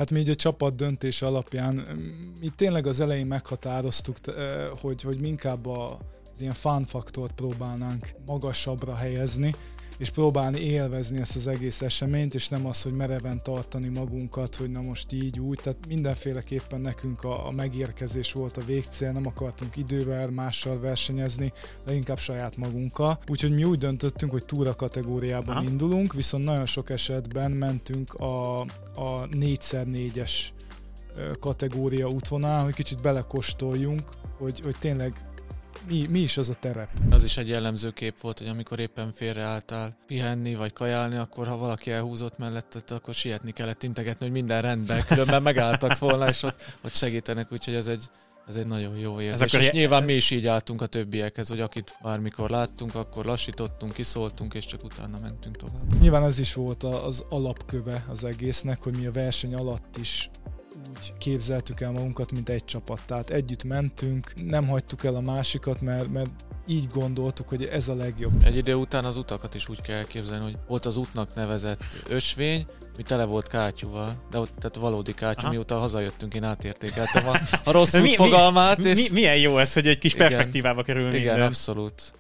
Hát mi így a csapat döntés alapján, mi tényleg az elején meghatároztuk, hogy mi inkább az ilyen fun faktort próbálnánk magasabbra helyezni, és próbálni élvezni ezt az egész eseményt, és nem az, hogy mereven tartani magunkat, hogy na most így, úgy. Tehát mindenféleképpen nekünk a megérkezés volt a végcél, nem akartunk idővel mással versenyezni, de inkább saját magunkkal. Úgyhogy mi úgy döntöttünk, hogy túra kategóriában indulunk, viszont nagyon sok esetben mentünk a 4x4-es kategória útvonalán, hogy kicsit belekóstoljunk, hogy tényleg mi is az a terep? Az is egy jellemző kép volt, hogy amikor éppen félreálltál pihenni vagy kajálni, akkor ha valaki elhúzott mellettet, akkor sietni kellett integetni, hogy minden rendben, különben megálltak volna, és ott segítenek, úgyhogy ez egy nagyon jó érzés. És nyilván mi is így álltunk a többiekhez, hogy akit bármikor láttunk, akkor lassítottunk, kiszóltunk, és csak utána mentünk tovább. Nyilván ez is volt az alapköve az egésznek, hogy mi a verseny alatt is úgy képzeltük el magunkat, mint egy csapat. Tehát együtt mentünk, nem hagytuk el a másikat, mert így gondoltuk, hogy ez a legjobb. Egy idő után az utakat is úgy kell elképzelni, hogy volt az útnak nevezett ösvény, mi tele volt kátyúval, de ott tehát valódi kátyú, mióta hazajöttünk, én átértékeltem a rossz út fogalmát. És milyen jó ez, hogy egy kis perspektívába kerül minden. Igen, abszolút.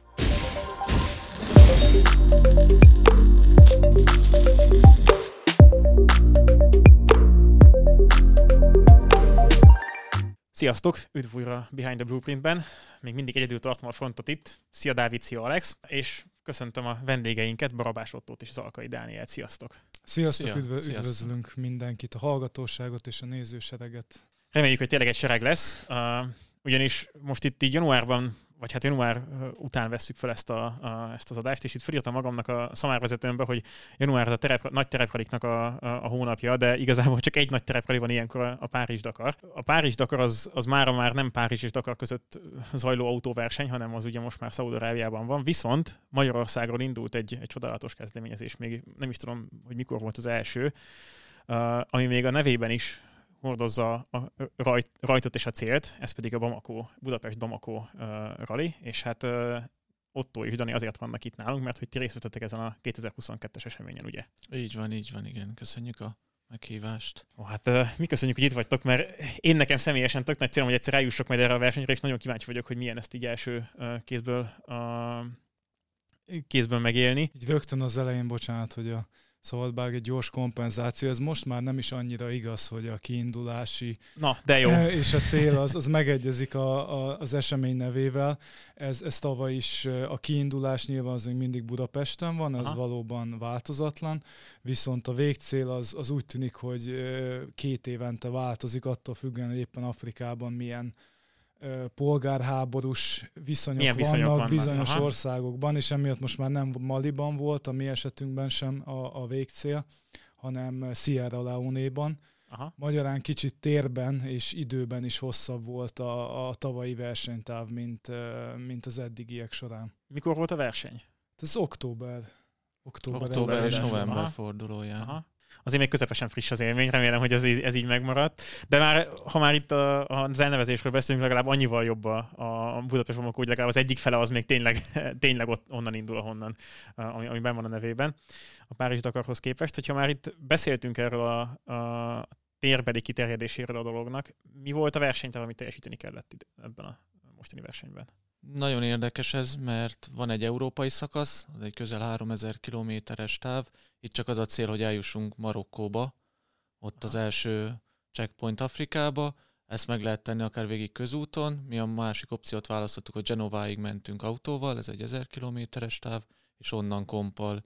Sziasztok! Üdv újra Behind the Blueprintben. Még mindig egyedül tartom a frontot itt. Szia Dávid, szia Alex. És köszöntöm a vendégeinket, Barabás Ottót és Zalkai Dánielt. Sziasztok! Sziasztok! Üdvözlünk mindenkit, a hallgatóságot és a nézősereget. Reméljük, hogy tényleg egy sereg lesz. Ugyanis most itt így januárban, vagy hát január után vesszük fel ezt az adást, és itt felírtam magamnak a szamárvezetőmbe, hogy január az a nagy terepraliknak a hónapja, de igazából csak egy nagy tereprali van ilyenkor, a Párizs-Dakar. A Párizs-Dakar az már nem Párizs és Dakar között zajló autóverseny, hanem az ugye most már Szaúd-Arábiában van, viszont Magyarországról indult egy csodálatos kezdeményezés, még nem is tudom, hogy mikor volt az első, ami még a nevében is hordozza a rajtot és a célt, ez pedig a Budapest-Bamako rally, és hát Ottó és Dani azért vannak itt nálunk, mert hogy ti részt vettetek ezen a 2022-es eseményen, ugye? Így van, igen. Köszönjük a meghívást. Hát mi köszönjük, hogy itt vagytok, mert én nekem személyesen tök nagy célom, hogy egyszer eljussak majd erre a versenyre, és nagyon kíváncsi vagyok, hogy milyen ezt így első kézből megélni. Így rögtön az elején, bocsánat, hogy szóval bár egy gyors kompenzáció, ez most már nem is annyira igaz, hogy a kiindulási de jó. És a cél az megegyezik az esemény nevével. Ez tavaly is a kiindulás nyilván az még mindig Budapesten van, ez valóban változatlan, viszont a végcél az úgy tűnik, hogy 2 évente változik, attól függően, hogy éppen Afrikában milyen polgárháborús viszonyok vannak bizonyos országokban, és emiatt most már nem Maliban volt a mi esetünkben sem a végcél, hanem Sierra Leone-ban. Magyarán kicsit térben és időben is hosszabb volt a tavalyi versenytáv, mint az eddigiek során. Mikor volt a verseny? Ez október és november fordulóján. Azért még közepesen friss az élmény, remélem, hogy ez így megmaradt. De már, ha már itt az elnevezésről beszélünk, legalább annyival jobb a Budapest-Bamako, hogy legalább az egyik fele az még tényleg onnan indul, ahonnan, ami benn van a nevében, a Párizs-Dakarhoz képest. Hogyha már itt beszéltünk erről a térbeli kiterjedéséről a dolognak, mi volt a versenytáv, amit teljesíteni kellett ebben a mostani versenyben? Nagyon érdekes ez, mert van egy európai szakasz, az egy közel 3000 kilométeres táv. Itt csak az a cél, hogy eljussunk Marokkóba, ott az első checkpoint Afrikába. Ezt meg lehet tenni akár végig közúton. Mi a másik opciót választottuk, hogy Genováig mentünk autóval, ez egy 1000 kilométeres táv, és onnan kompal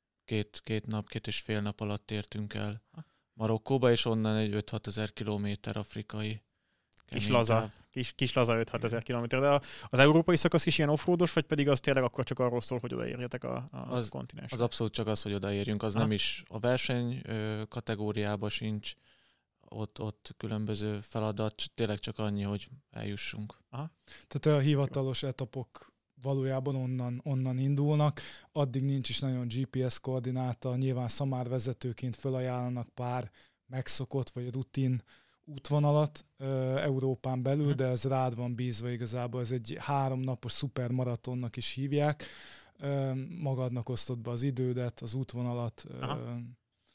2,5 nap alatt értünk el Marokkóba, és onnan egy 5-6 ezer kilométer afrikai kis laza 5-6 ezer kilométer. De az európai szakasz is ilyen offroados, vagy pedig az tényleg akkor csak arról szól, hogy odaérjetek a kontinensre? Az abszolút csak az, hogy odaérjünk, az nem is a verseny kategóriában sincs, ott különböző feladat, tényleg csak annyi, hogy eljussunk. Tehát a hivatalos etapok valójában onnan indulnak, addig nincs is nagyon GPS koordináta, nyilván szamárvezetőként felajánlanak pár megszokott vagy rutin útvonalat Európán belül, de ez rád van bízva igazából, ez egy 3 napos szupermaratonnak is hívják, magadnak osztod be az idődet, az útvonalat,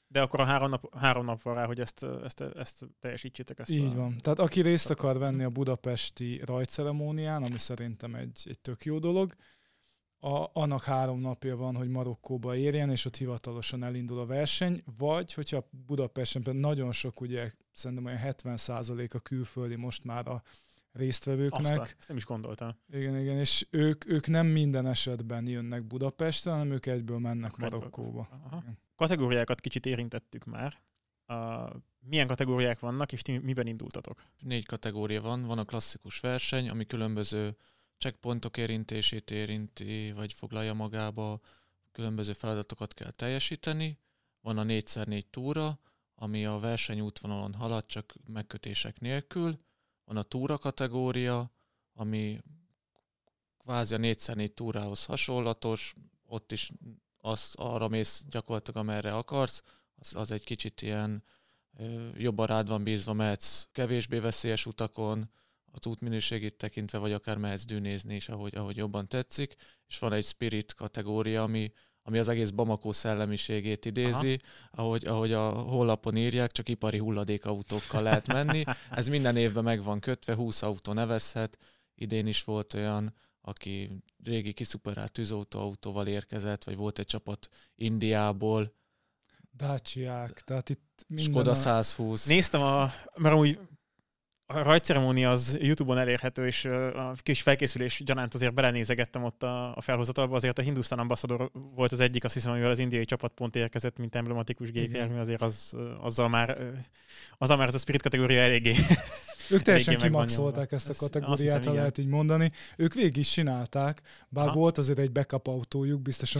De akkor a három nap van rá, hogy ezt teljesítsétek. Így van. Tehát aki részt akar venni a budapesti rajtceremónián, ami szerintem egy tök jó dolog, annak 3 napja van, hogy Marokkóba érjen, és ott hivatalosan elindul a verseny, vagy hogyha Budapesten nagyon sok, ugye szerintem olyan 70% a külföldi most már a résztvevőknek. Ezt nem is gondoltam. Igen, és ők nem minden esetben jönnek Budapestre, hanem ők egyből mennek Marokkóba. Kategóriákat kicsit érintettük már. Milyen kategóriák vannak, és ti miben indultatok? 4 kategória van. Van a klasszikus verseny, ami különböző checkpointok érintését érinti, vagy foglalja magába, különböző feladatokat kell teljesíteni. Van a 4x4 túra, ami a verseny útvonalon halad, csak megkötések nélkül. Van a túra kategória, ami kvázi a 4x4 túrához hasonlatos, ott is arra mész gyakorlatilag, amerre akarsz, az egy kicsit ilyen jobban rád van bízva, mehetsz kevésbé veszélyes utakon, az útminőségét tekintve, vagy akár mehetsz dűnézni is, ahogy jobban tetszik, és van egy spirit kategória, ami az egész Bamako szellemiségét idézi, ahogy a honlapon írják, csak ipari hulladékautókkal lehet menni. Ez minden évben meg van kötve, 20 autó nevezhet. Idén is volt olyan, aki régi kiszuperált tűzoltóautóval érkezett, vagy volt egy csapat Indiából. Dacia-k, tehát itt minden Skoda 120. Néztem, mert amúgy a rajtceremónia az YouTube-on elérhető, és a kis felkészülés gyanánt azért belenézegettem ott a felhozatalba, azért a Hindustan Ambassador volt az egyik, azt hiszem, amivel az indiai csapat pont érkezett, mint emblematikus gépjármű, azért azzal már ez a spirit kategória eléggé. Ők teljesen kimaxolták ezt a kategóriát, ha lehet így mondani. Ők végig is csinálták, bár volt azért egy backup autójuk, biztos.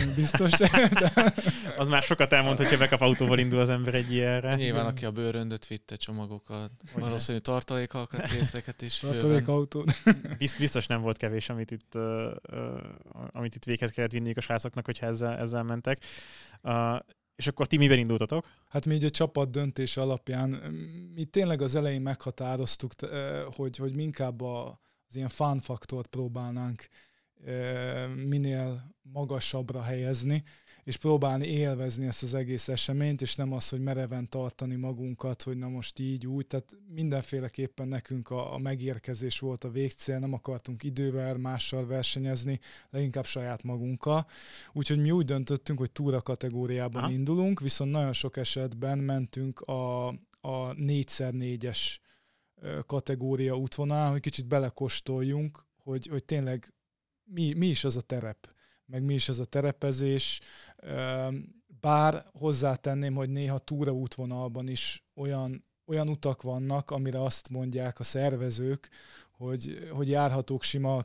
Az már sokat elmond, hogyha backup autóval indul az ember egy ilyenre. Nyilván, aki a bőröndöt vitte, csomagokat, valószínű tartalékalkat, részeket is. Tartalékautó. Biztos nem volt kevés, amit itt véghez kellett vinniük a srácoknak, hogyha ezzel mentek. És akkor ti miben indultatok? Hát mi így a csapat döntés alapján, mi tényleg az elején meghatároztuk, hogy mi inkább az ilyen fun faktort próbálnánk minél magasabbra helyezni, és próbálni élvezni ezt az egész eseményt, és nem az, hogy mereven tartani magunkat, hogy na most így, úgy. Tehát mindenféleképpen nekünk a megérkezés volt a végcél, nem akartunk idővel mással versenyezni, leginkább saját magunkkal. Úgyhogy mi úgy döntöttünk, hogy túra kategóriában indulunk, viszont nagyon sok esetben mentünk a 4x4-es kategória útvonalán, hogy kicsit belekóstoljunk, hogy tényleg mi is az a terep, meg mi is az a terepezés, bár hozzátenném, hogy néha túraútvonalban is olyan utak vannak, amire azt mondják a szervezők, hogy járhatók sima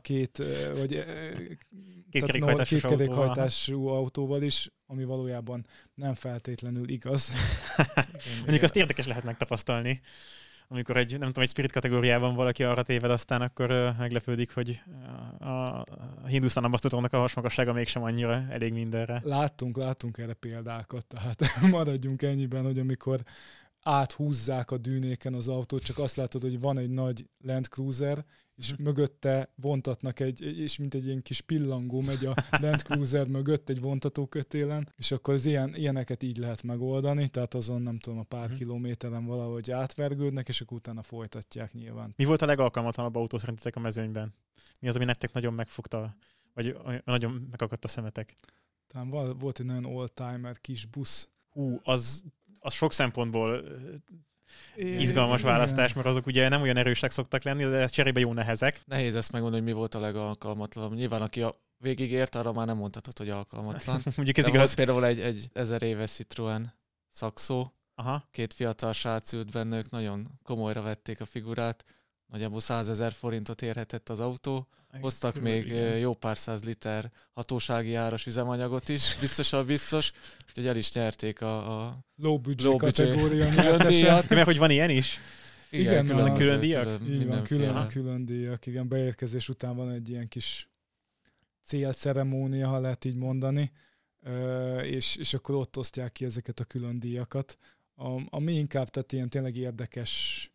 kétkerékhajtású autóval is, ami valójában nem feltétlenül igaz. Mondjuk azt érdekes lehet megtapasztalni, amikor egy spirit kategóriában valaki arra téved, aztán akkor meglepődik, hogy a Hindustan Ambassadornak a hasmagassága mégsem annyira elég mindenre. Láttunk erre példákat, tehát maradjunk ennyiben, hogy amikor áthúzzák a dűnéken az autót, csak azt látod, hogy van egy nagy Land Cruiser, és mögötte vontatnak és mint egy ilyen kis pillangó megy a Land Cruiser mögött egy vontatókötélen, és akkor az ilyeneket így lehet megoldani, tehát azon nem tudom, a pár kilométeren valahogy átvergődnek, és akkor utána folytatják nyilván. Mi volt a legalkalmatlanabb autó szerintetek a mezőnyben? Mi az, ami nektek nagyon megfogta, vagy nagyon megakadt a szemetek? Talán volt egy nagyon oldtimer kis busz. Az sok szempontból izgalmas választás, mert azok ugye nem olyan erősek szoktak lenni, de ez cserébe jó nehezek. Nehéz ezt megmondani, hogy mi volt a legalkalmatlanabb. Nyilván, aki végigért, arra már nem mondhatod, hogy alkalmatlan. Mondjuk ez de igaz. volt például egy 1000 éves Citroen Saxo. Két fiatal srác ült benne, ők nagyon komolyra vették a figurát. Nagyjából 100 000 forintot érhetett az autó. Hoztak még jó pár 100 liter hatósági áras üzemanyagot is, biztos, úgyhogy el is nyerték a low budget kategória nyertese. Mert hogy van ilyen is? Igen, külön díjak? Így van, külön díjak. Igen, beérkezés után van egy ilyen kis célceremónia, ha lehet így mondani, és akkor ott osztják ki ezeket a külön díjakat. Ami inkább tehát ilyen tényleg érdekes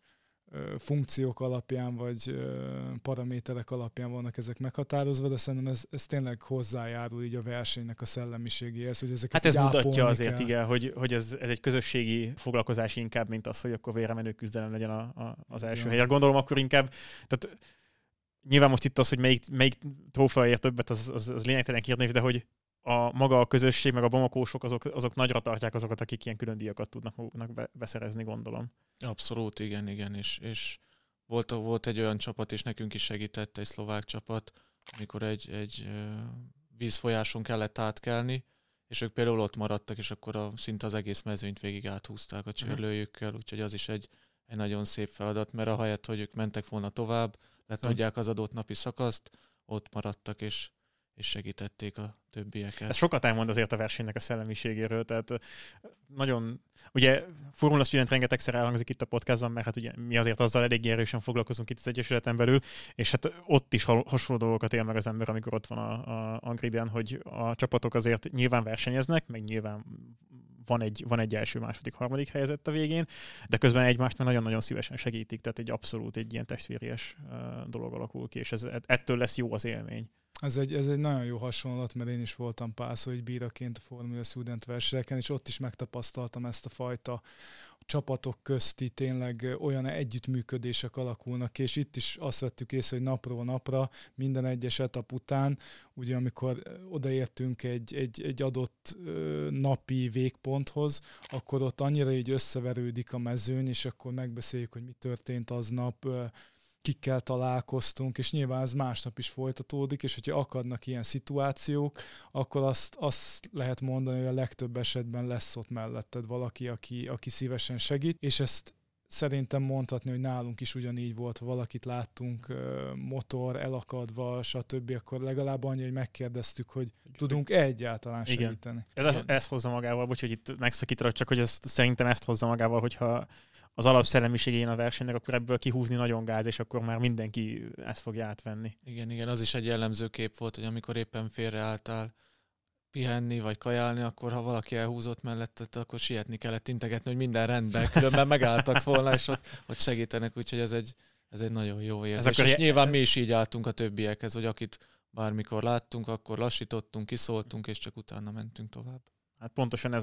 funkciók alapján, vagy paraméterek alapján vannak ezek meghatározva, de szerintem ez tényleg hozzájárul így a versenynek a szellemiségéhez, hogy ezeket hát ez mutatja azért, kell. igen, hogy ez egy közösségi foglalkozás inkább, mint az, hogy akkor vére menő küzdelem legyen az első helyen. Gondolom akkor inkább, tehát nyilván most itt az, hogy melyik trófea ér többet, az lényegtelen kérdés, de hogy maga a közösség, meg a Bamakósok, azok nagyra tartják azokat, akik ilyen külön díjakat tudnak maguknak beszerezni, gondolom. Abszolút, igen, és volt egy olyan csapat, és nekünk is segített, egy szlovák csapat, amikor egy vízfolyáson kellett átkelni, és ők például ott maradtak, és akkor szinte az egész mezőnyt végig áthúzták a csőrlőjükkel, úgyhogy az is egy nagyon szép feladat, mert ahelyett, hogy ők mentek volna tovább, letudják az adott napi szakaszt, ott maradtak, és segítették a többieket. Ez sokat elmond azért a versenynek a szellemiségéről, tehát nagyon, ugye Formula Student rengetegszer elhangzik itt a podcastban, mert hát ugye mi azért azzal elég erősen foglalkozunk itt az Egyesületen belül, és hát ott is hasonló dolgokat él meg az ember, amikor ott van a griden, hogy a csapatok azért nyilván versenyeznek, meg nyilván van egy első, második, harmadik helyezett a végén, de közben egymást már nagyon-nagyon szívesen segítik, tehát egy ilyen testvéries dolog alakul ki, és ettől lesz jó az élmény. Ez egy nagyon jó hasonlat, mert én is voltam párszor bíraként a Formula Student versenyeken, és ott is megtapasztaltam ezt a fajta csapatok közti tényleg olyan együttműködések alakulnak, és itt is azt vettük észre, hogy napról napra, minden egyes etap után, ugye amikor odaértünk egy adott napi végponthoz, akkor ott annyira így összeverődik a mezőny, és akkor megbeszéljük, hogy mi történt aznap, kikkel találkoztunk, és nyilván ez másnap is folytatódik, és hogyha akadnak ilyen szituációk, akkor azt lehet mondani, hogy a legtöbb esetben lesz ott melletted valaki, aki szívesen segít, és ezt szerintem mondhatni, hogy nálunk is ugyanígy volt, ha valakit láttunk motor elakadva, stb., akkor legalább annyi, hogy megkérdeztük, hogy tudunk egyáltalán segíteni. Igen. Ez hozza magával, bocs, hogy itt megszakítalak, csak hogy szerintem ezt hozza magával, hogyha az alapszellemiségén a versenynek, akkor ebből kihúzni nagyon gáz, és akkor már mindenki ezt fogja átvenni. Igen, az is egy jellemző kép volt, hogy amikor éppen félreálltál pihenni vagy kajálni, akkor ha valaki elhúzott mellettet, akkor sietni kellett integetni, hogy minden rendben, különben megálltak volna, és ott segítenek, úgyhogy ez egy nagyon jó érzés. És nyilván mi is így álltunk a többiekhez, hogy akit bármikor láttunk, akkor lassítottunk, kiszóltunk, és csak utána mentünk tovább. Hát pontosan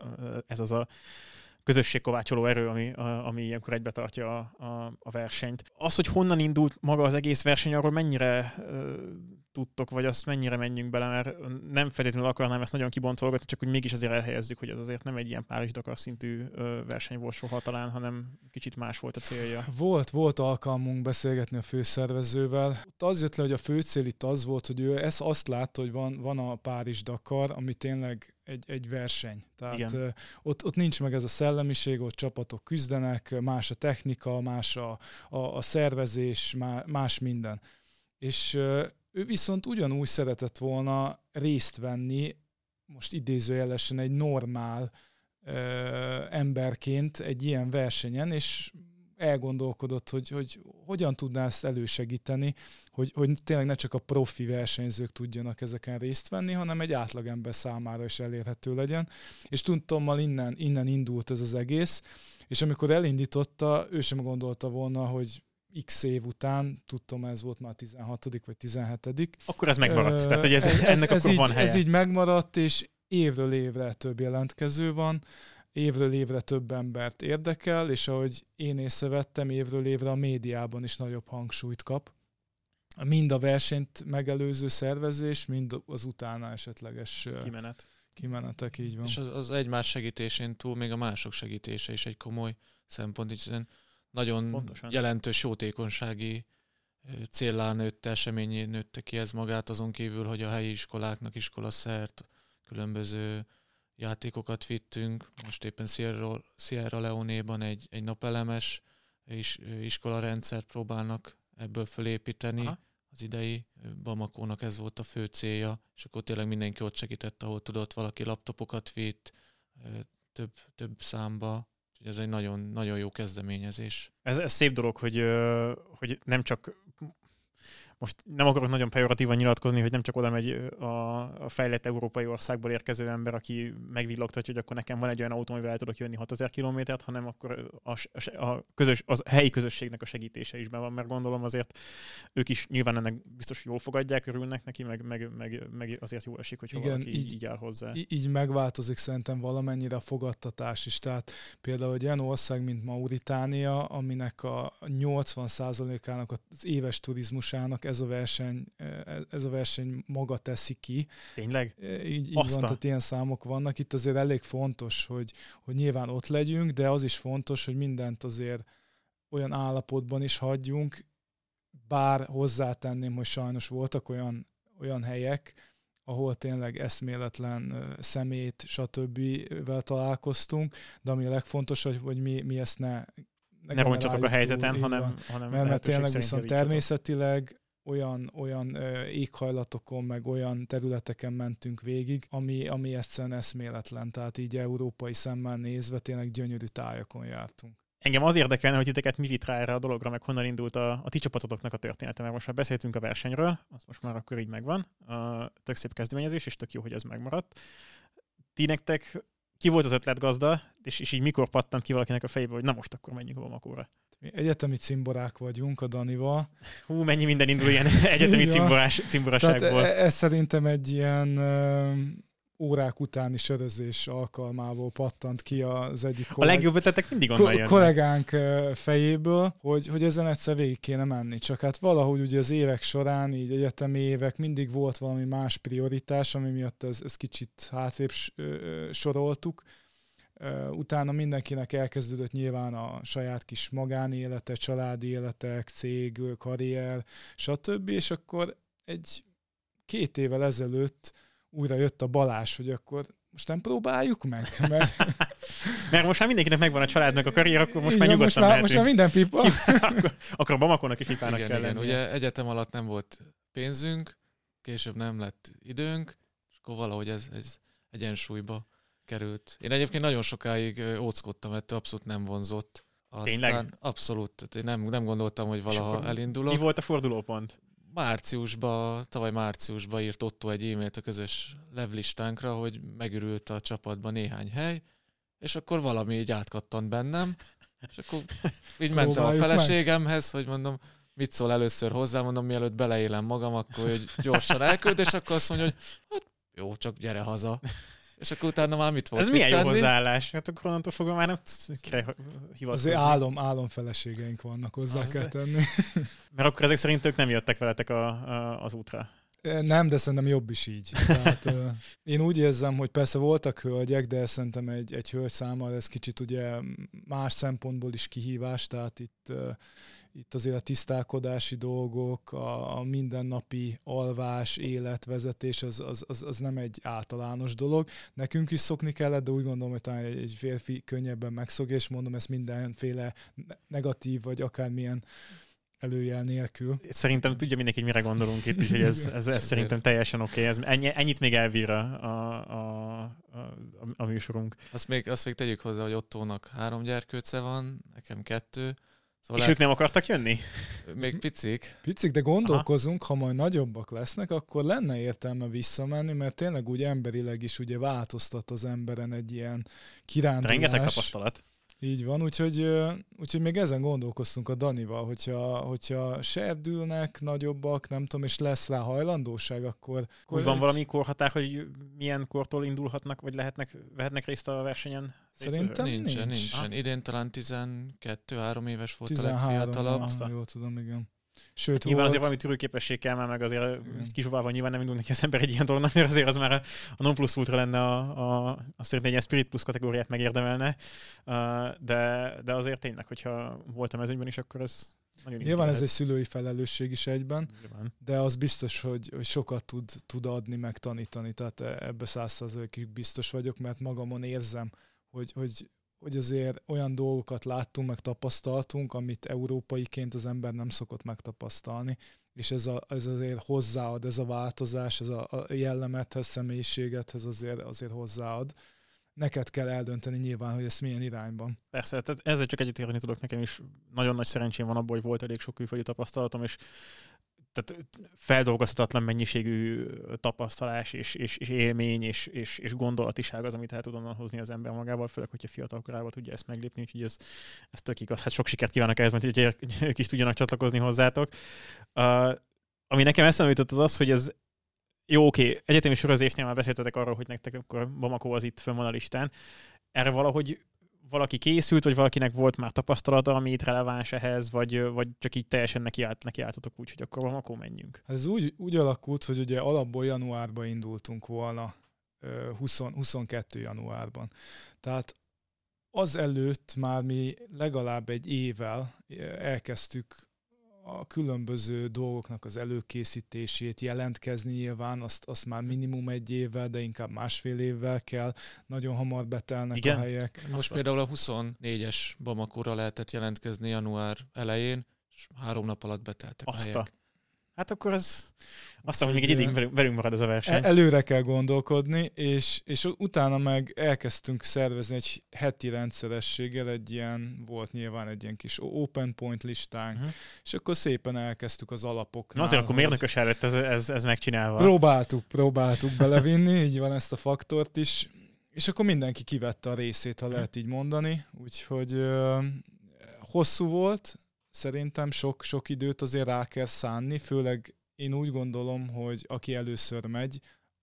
ez az a közösségkovácsoló erő, ami ilyenkor egybe tartja a versenyt. Az, hogy honnan indult maga az egész verseny, arról mennyire tudtok, vagy azt mennyire menjünk bele, mert nem feltétlenül akarnám ezt nagyon kibontolgatni, csak hogy mégis azért elhelyezzük, hogy ez azért nem egy ilyen Párizs-Dakar szintű verseny volt soha talán, hanem kicsit más volt a célja. Volt alkalmunk beszélgetni a főszervezővel. Ott az jött le, hogy a fő cél itt az volt, hogy ő azt látta, hogy van a Párizs-Dakar, ami tényleg egy verseny. Tehát ott nincs meg ez a szellemiség, ott csapatok küzdenek, más a technika, más a szervezés, más minden. És ő viszont ugyanúgy szeretett volna részt venni, most idézőjelesen egy normál emberként egy ilyen versenyen, és elgondolkodott, hogy hogyan tudná ezt elősegíteni, hogy tényleg ne csak a profi versenyzők tudjanak ezeken részt venni, hanem egy átlagember számára is elérhető legyen. És tudtommal innen indult ez az egész, és amikor elindította, ő sem gondolta volna, hogy X év után, tudtam, ez volt már 16. vagy 17. Akkor ez megmaradt, tehát hogy ennek akkor van helye. Ez így megmaradt, és évről évre több jelentkező van, évről évre több embert érdekel, és ahogy én észrevettem, évről évre a médiában is nagyobb hangsúlyt kap. Mind a versenyt megelőző szervezés, mind az utána esetleges kimenetek, így van. És az egymás segítésén túl még a mások segítése is egy komoly szempont, hiszen nagyon pontosan jelentős jótékonysági céllal nőtte, eseményén nőtte ki ez magát, azon kívül, hogy a helyi iskoláknak iskolaszert, különböző játékokat vittünk. Most éppen Sierra Leone-ban egy napelemes iskolarendszert próbálnak ebből fölépíteni. Aha. Az idei Bamakónak ez volt a fő célja, és akkor tényleg mindenki ott segített, ahol tudott, valaki laptopokat vitt, több számba. Ez egy nagyon, nagyon jó kezdeményezés. Ez szép dolog, hogy nem csak most nem akarok nagyon pejoratívan nyilatkozni, hogy nem csak oda megy a fejlett európai országból érkező ember, aki megvillogtatja, hogy akkor nekem van egy olyan autó, amivel el tudok jönni 6000 kilométert, hanem akkor a helyi közösségnek a segítése is be van, mert gondolom azért ők is nyilván ennek biztos jól fogadják, örülnek neki, meg azért jól esik, hogyha valaki így áll hozzá. Így megváltozik szerintem valamennyire a fogadtatás is. Tehát például egy olyan ország, mint Mauritánia, aminek a 80%-ának az éves turizmusának ez a verseny maga teszi ki. Tényleg? Így van, tehát ilyen számok vannak. Itt azért elég fontos, hogy nyilván ott legyünk, de az is fontos, hogy mindent azért olyan állapotban is hagyjunk, bár hozzátenném, hogy sajnos voltak olyan helyek, ahol tényleg eszméletlen szemét, stb. Találkoztunk, de ami a legfontosabb, hogy mi ezt ne roncsatok a helyzeten, túl, hanem mert tényleg viszont természetileg olyan éghajlatokon, meg olyan területeken mentünk végig, ami egyszerűen eszméletlen, tehát így európai szemmel nézve tényleg gyönyörű tájakon jártunk. Engem az érdekelne, hogy titeket mi vitt rá erre a dologra, meg honnan indult a ti csapatotoknak a története, mert most már beszéltünk a versenyről, az most már akkor így megvan. Tök szép kezdeményezés, és tök jó, hogy ez megmaradt. Ti nektek ki volt az ötletgazda, és így mikor pattant ki valakinek a fejébe, hogy na most akkor menjünk a Bamakóra? Mi egyetemi cimborák vagyunk a Danival. Hú, mennyi minden indul ilyen egyetemi cimboraságból. Tehát ez szerintem egy ilyen órák utáni sörözés alkalmából pattant ki az egyik a legjobb ötletek mindig onnan jönnek. Kollégánk fejéből, hogy ezen egyszer végig kéne menni. Csak hát valahogy ugye az évek során, így egyetemi évek, mindig volt valami más prioritás, ami miatt ez kicsit hátrébb soroltuk. Utána mindenkinek elkezdődött nyilván a saját kis magánélete, családi életek, cég, karrier, stb. És akkor 2 évvel ezelőtt újra jött a Balázs, hogy akkor most nem próbáljuk meg? Mert most már mindenkinek megvan a családnak a karrier, akkor most már nyugodtan mehetünk. Most már minden pipa. Akkor a Bamakónak is pipának kell lenni. Ugye egyetem alatt nem volt pénzünk, később nem lett időnk, és akkor valahogy ez egyensúlyba került. Én egyébként nagyon sokáig óckodtam, ettől abszolút nem vonzott. Tényleg? Abszolút. Én nem gondoltam, hogy valaha elindulok. Mi volt a fordulópont? Tavaly márciusban írt Otto egy e-mailt a közös levlistánkra, hogy megürült a csapatban néhány hely, és akkor valami így átkattant bennem, és akkor így mentem a feleségemhez, hogy mondom, mit szól először hozzá, mondom, mielőtt beleélem magam, akkor hogy gyorsan elküld, és akkor azt mondja, hogy hát jó, csak gyere haza. És akkor utána már mit volt? Ez milyen jó hozzáállás? Hát akkor onnantól fogva már nem kell hivatkozni. Azért álomfeleségeink vannak, hozzá kell tenni. Mert akkor ezek szerint ők nem jöttek veletek az útra. Nem, de szerintem jobb is így. Tehát, én úgy érzem, hogy persze voltak hölgyek, de szerintem egy hölgy számára ez kicsit ugye más szempontból is kihívás, tehát itt azért a tisztálkodási dolgok, a mindennapi alvás, életvezetés, az nem egy általános dolog. Nekünk is szokni kellett, de úgy gondolom, hogy talán egy férfi könnyebben megszokja, és mondom, ezt mindenféle negatív, vagy akármilyen előjel nélkül. Szerintem tudja mindenki, hogy mire gondolunk itt, és hogy ez szerintem teljesen oké. Ennyit még elbír a műsorunk. Azt még tegyük hozzá, hogy Ottónak 3 gyerkőce van, nekem 2. Szóval és ők nem akartak jönni? Még picik. Picik, de gondolkozunk, ha majd nagyobbak lesznek, akkor lenne értelme visszamenni, mert tényleg úgy emberileg is ugye változtat az emberen egy ilyen kirándulás. Rengeteg tapasztalat. Így van, úgyhogy még ezen gondolkoztunk a Danival, hogyha serdülnek, nagyobbak, nem tudom, és lesz rá hajlandóság, akkor úgy van valami korhatár, hogy milyen kortól indulhatnak, vagy vehetnek részt a versenyen? Szerintem nincsen. Idén talán 12-3 éves volt 13, a legfiatalabb. Jól tudom, igen. Sőt, nyilván azért valami tűrőképesség kell már, meg azért kisovával nyilván nem indul neki az ember egy ilyen dolognak, mert azért az már a non plus ultra lenne azt szerintem egy ilyen Spirit Plus kategóriát megérdemelne, de azért tényleg, hogyha voltam ezügyben is, akkor ez nagyon nyilván ez egy szülői felelősség is egyben, de az biztos, hogy sokat tud adni, meg tanítani, tehát ebbe 100%-ig biztos vagyok, mert magamon érzem, hogy azért olyan dolgokat láttunk, meg tapasztaltunk, amit európaiként az ember nem szokott megtapasztalni, és ez azért hozzáad, ez a változás, ez a jellemethez, személyiségethez azért hozzáad. Neked kell eldönteni nyilván, hogy ezt milyen irányban. Persze, tehát ezzel csak egyetérteni tudok, nekem is nagyon nagy szerencsém van abból, hogy volt elég sok külföldi tapasztalatom, és tehát feldolgozhatatlan mennyiségű tapasztalás és élmény és gondolatiság az, amit el tud onnan hozni az ember magával, főleg, hogyha fiatal korában tudja ezt meglépni, úgyhogy ez tök igaz. Hát sok sikert kívánok ehhez, mert hogy ők is tudjanak csatlakozni hozzátok. Ami nekem eszembe jutott az, hogy ez jó, oké, egyetemi sorozésnél már beszéltetek arról, hogy nektek akkor Bamako az itt fönn van a listán. Erre valahogy valaki készült, vagy valakinek volt már tapasztalata, ami itt releváns ehhez, vagy csak így teljesen nekiálltatok úgy, hogy akkor Bamako menjünk? Ez úgy alakult, hogy ugye alapból januárban indultunk volna, 22 januárban. Tehát azelőtt már mi legalább egy évvel elkezdtük a különböző dolgoknak az előkészítését, jelentkezni nyilván, azt már minimum egy évvel, de inkább másfél évvel kell. Nagyon hamar betelnek a helyek. Most például a 24-es Bamakóra lehetett jelentkezni január elején, és 3 nap alatt beteltek a helyek. Hát akkor ez azt mondom, hogy még egy ideig velünk marad ez a verseny. Előre kell gondolkodni, és utána meg elkezdtünk szervezni egy heti rendszerességgel, volt nyilván egy ilyen kis open point listánk, és akkor szépen elkezdtük az alapoknál. Azért akkor mérnökös előtt ez megcsinálva. Próbáltuk belevinni, így van, ezt a faktort is, és akkor mindenki kivette a részét, ha lehet így mondani, úgyhogy hosszú volt. Szerintem sok időt azért rá kell szánni, főleg én úgy gondolom, hogy aki először megy,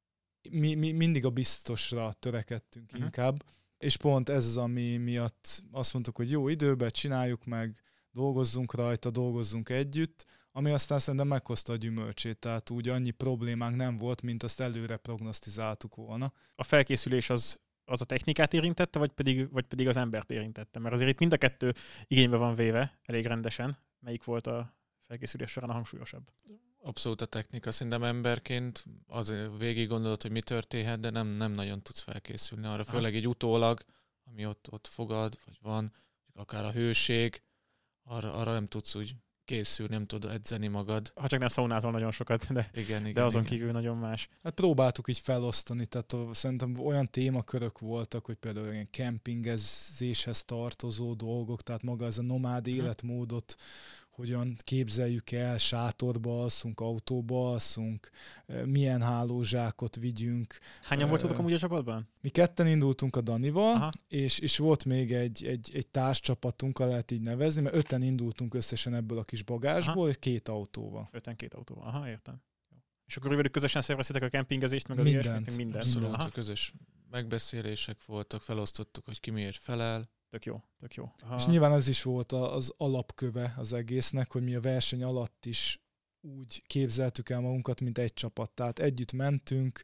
mi mindig a biztosra törekedtünk inkább, és pont ez az, ami miatt azt mondtuk, hogy jó időben csináljuk meg, dolgozzunk rajta, dolgozzunk együtt, ami aztán szerintem meghozta a gyümölcsét, tehát úgy annyi problémánk nem volt, mint azt előre prognosztizáltuk volna. A felkészülés az a technikát érintette, vagy pedig az embert érintette? Mert azért itt mind a kettő igénybe van véve elég rendesen. Melyik volt a felkészülés során a hangsúlyosabb? Abszolút a technika. Szerintem emberként azért végig gondolod, hogy mi történhet, de nem nagyon tudsz felkészülni arra. Főleg így utólag, ami ott fogad, vagy van, akár a hőség, arra nem tudsz úgy készülni, nem tudod edzeni magad. Ha csak nem szaunázol nagyon sokat, de azon kívül nagyon más. Hát próbáltuk így felosztani, tehát szerintem olyan témakörök voltak, hogy például ilyen kempingezéshez tartozó dolgok, tehát maga ez a nomád életmódot hogyan képzeljük el, sátorba alszunk, autóba alszunk, milyen hálózsákot vigyünk. Hányan voltatok amúgy a csapatban? Mi ketten indultunk a Danival, és volt még egy társcsapatunk, lehet így nevezni, mert 5-en indultunk összesen ebből a kis bagásból, 2 autóval. 5-en 2 autóval, értem. Jó. És akkor velük közösen szerveztétek a kempingezést, meg az ilyesmit, minden. Abszolút, közös megbeszélések voltak, felosztottuk, hogy ki miért felel. Tök jó. És nyilván ez is volt az alapköve az egésznek, hogy mi a verseny alatt is úgy képzeltük el magunkat, mint egy csapat. Tehát együtt mentünk,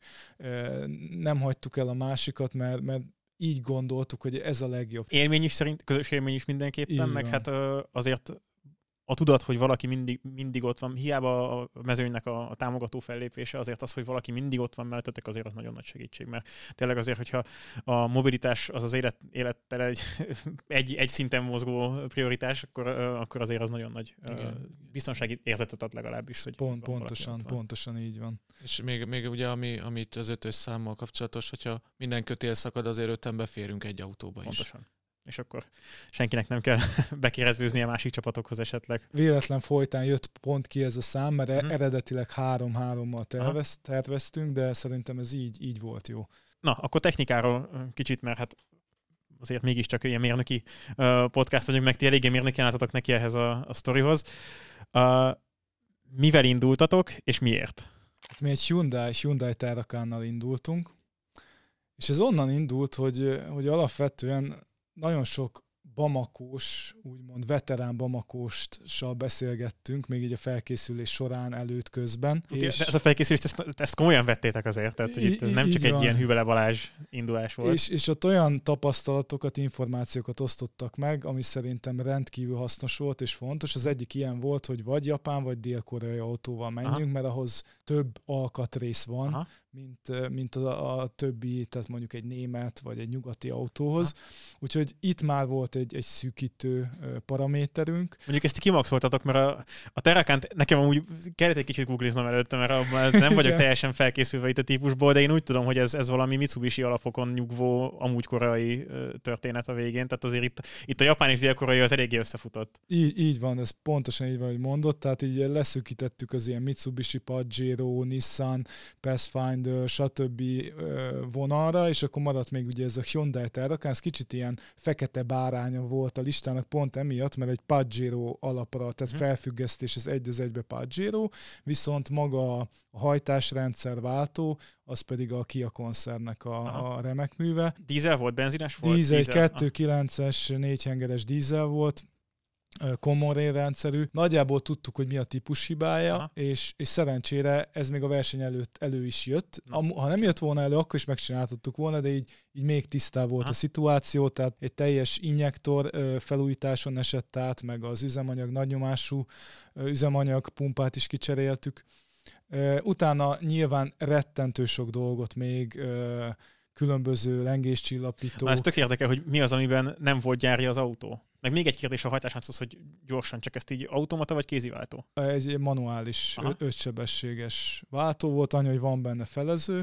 nem hagytuk el a másikat, mert így gondoltuk, hogy ez a legjobb. Közös élmény is mindenképpen, így meg van. hát azért a tudat, hogy valaki mindig ott van, hiába a mezőnynek a támogató fellépése, azért az, hogy valaki mindig ott van mellettetek, azért az nagyon nagy segítség, mert tényleg azért, hogyha a mobilitás az élettel egy szinten mozgó prioritás, akkor azért az nagyon nagy biztonsági érzetet ad legalábbis. Hogy pontosan így van. És még ugye, amit az 5-ös számmal kapcsolatos, hogyha minden kötél szakad, azért 5-en beférünk egy autóba is. Pontosan. És akkor senkinek nem kell bekéretőzni a másik csapatokhoz esetleg. Véletlen folytán jött pont ki ez a szám, mert eredetileg 3-3-mal terveztünk, de szerintem ez így volt jó. Na, akkor technikáról kicsit, mert hát azért mégiscsak ilyen mérnöki podcast vagyunk, meg ti eléggé mérnöki álltatok neki ehhez a sztorihoz. Mivel indultatok, és miért? Mi egy Hyundai Terracannal indultunk, és ez onnan indult, hogy alapvetően nagyon sok bamakós, úgymond veterán bamakóssal beszélgettünk, még így a felkészülés során, előtt, közben. És ez a felkészülés, ezt komolyan vettétek azért, tehát hogy itt ez nem csak egy ilyen Hüvele Balázs indulás volt. És ott olyan tapasztalatokat, információkat osztottak meg, ami szerintem rendkívül hasznos volt és fontos. Az egyik ilyen volt, hogy vagy japán, vagy dél-koreai autóval menjünk, mert ahhoz több alkatrész van, mint a többi, tehát mondjuk egy német, vagy egy nyugati autóhoz. Úgyhogy itt már volt egy szűkítő paraméterünk. Mondjuk ezt kimaxoltatok, mert a Terracant nekem amúgy kellett egy kicsit googliznom előtte, mert abban nem vagyok teljesen felkészülve itt a típusból, de én úgy tudom, hogy ez valami Mitsubishi alapokon nyugvó, amúgy koreai történet a végén, tehát azért itt a japán és dél-koreai az eléggé összefutott. Így van, ez pontosan így van, hogy mondott, tehát így leszűkítettük az ilyen Mitsubishi, Pajero, Nissan, Pathfinder, stb. Vonalra, és akkor maradt még ugye ez a Hyundai Terracan, ez kicsit ilyen fekete báránya volt a listának pont emiatt, mert egy Pajero alapra, tehát felfüggesztés, ez egy az egybe Pajero, viszont maga a hajtásrendszer váltó, az pedig a Kia koncernek a remek műve. Dízel volt, benzines volt? Dízel, 2.9-es, 4 hengeres dízel volt, common rail rendszerű. Nagyjából tudtuk, hogy mi a típushibája, és szerencsére ez még a verseny előtt elő is jött. Ha nem jött volna elő, akkor is megcsináltattuk volna, de így még tisztább volt a szituáció, tehát egy teljes injektor felújításon esett át, meg az üzemanyag nagynyomású üzemanyag pumpát is kicseréltük. Utána nyilván rettentő sok dolgot még különböző lengéscsillapítók. Ez tök érdekel, hogy mi az, amiben nem volt gyári az autó. Meg még egy kérdés a hajtáslánchoz, hogy gyorsan, csak ezt így automata vagy kéziváltó? Ez egy manuális, 5 sebességes váltó volt, annyi, hogy van benne felező,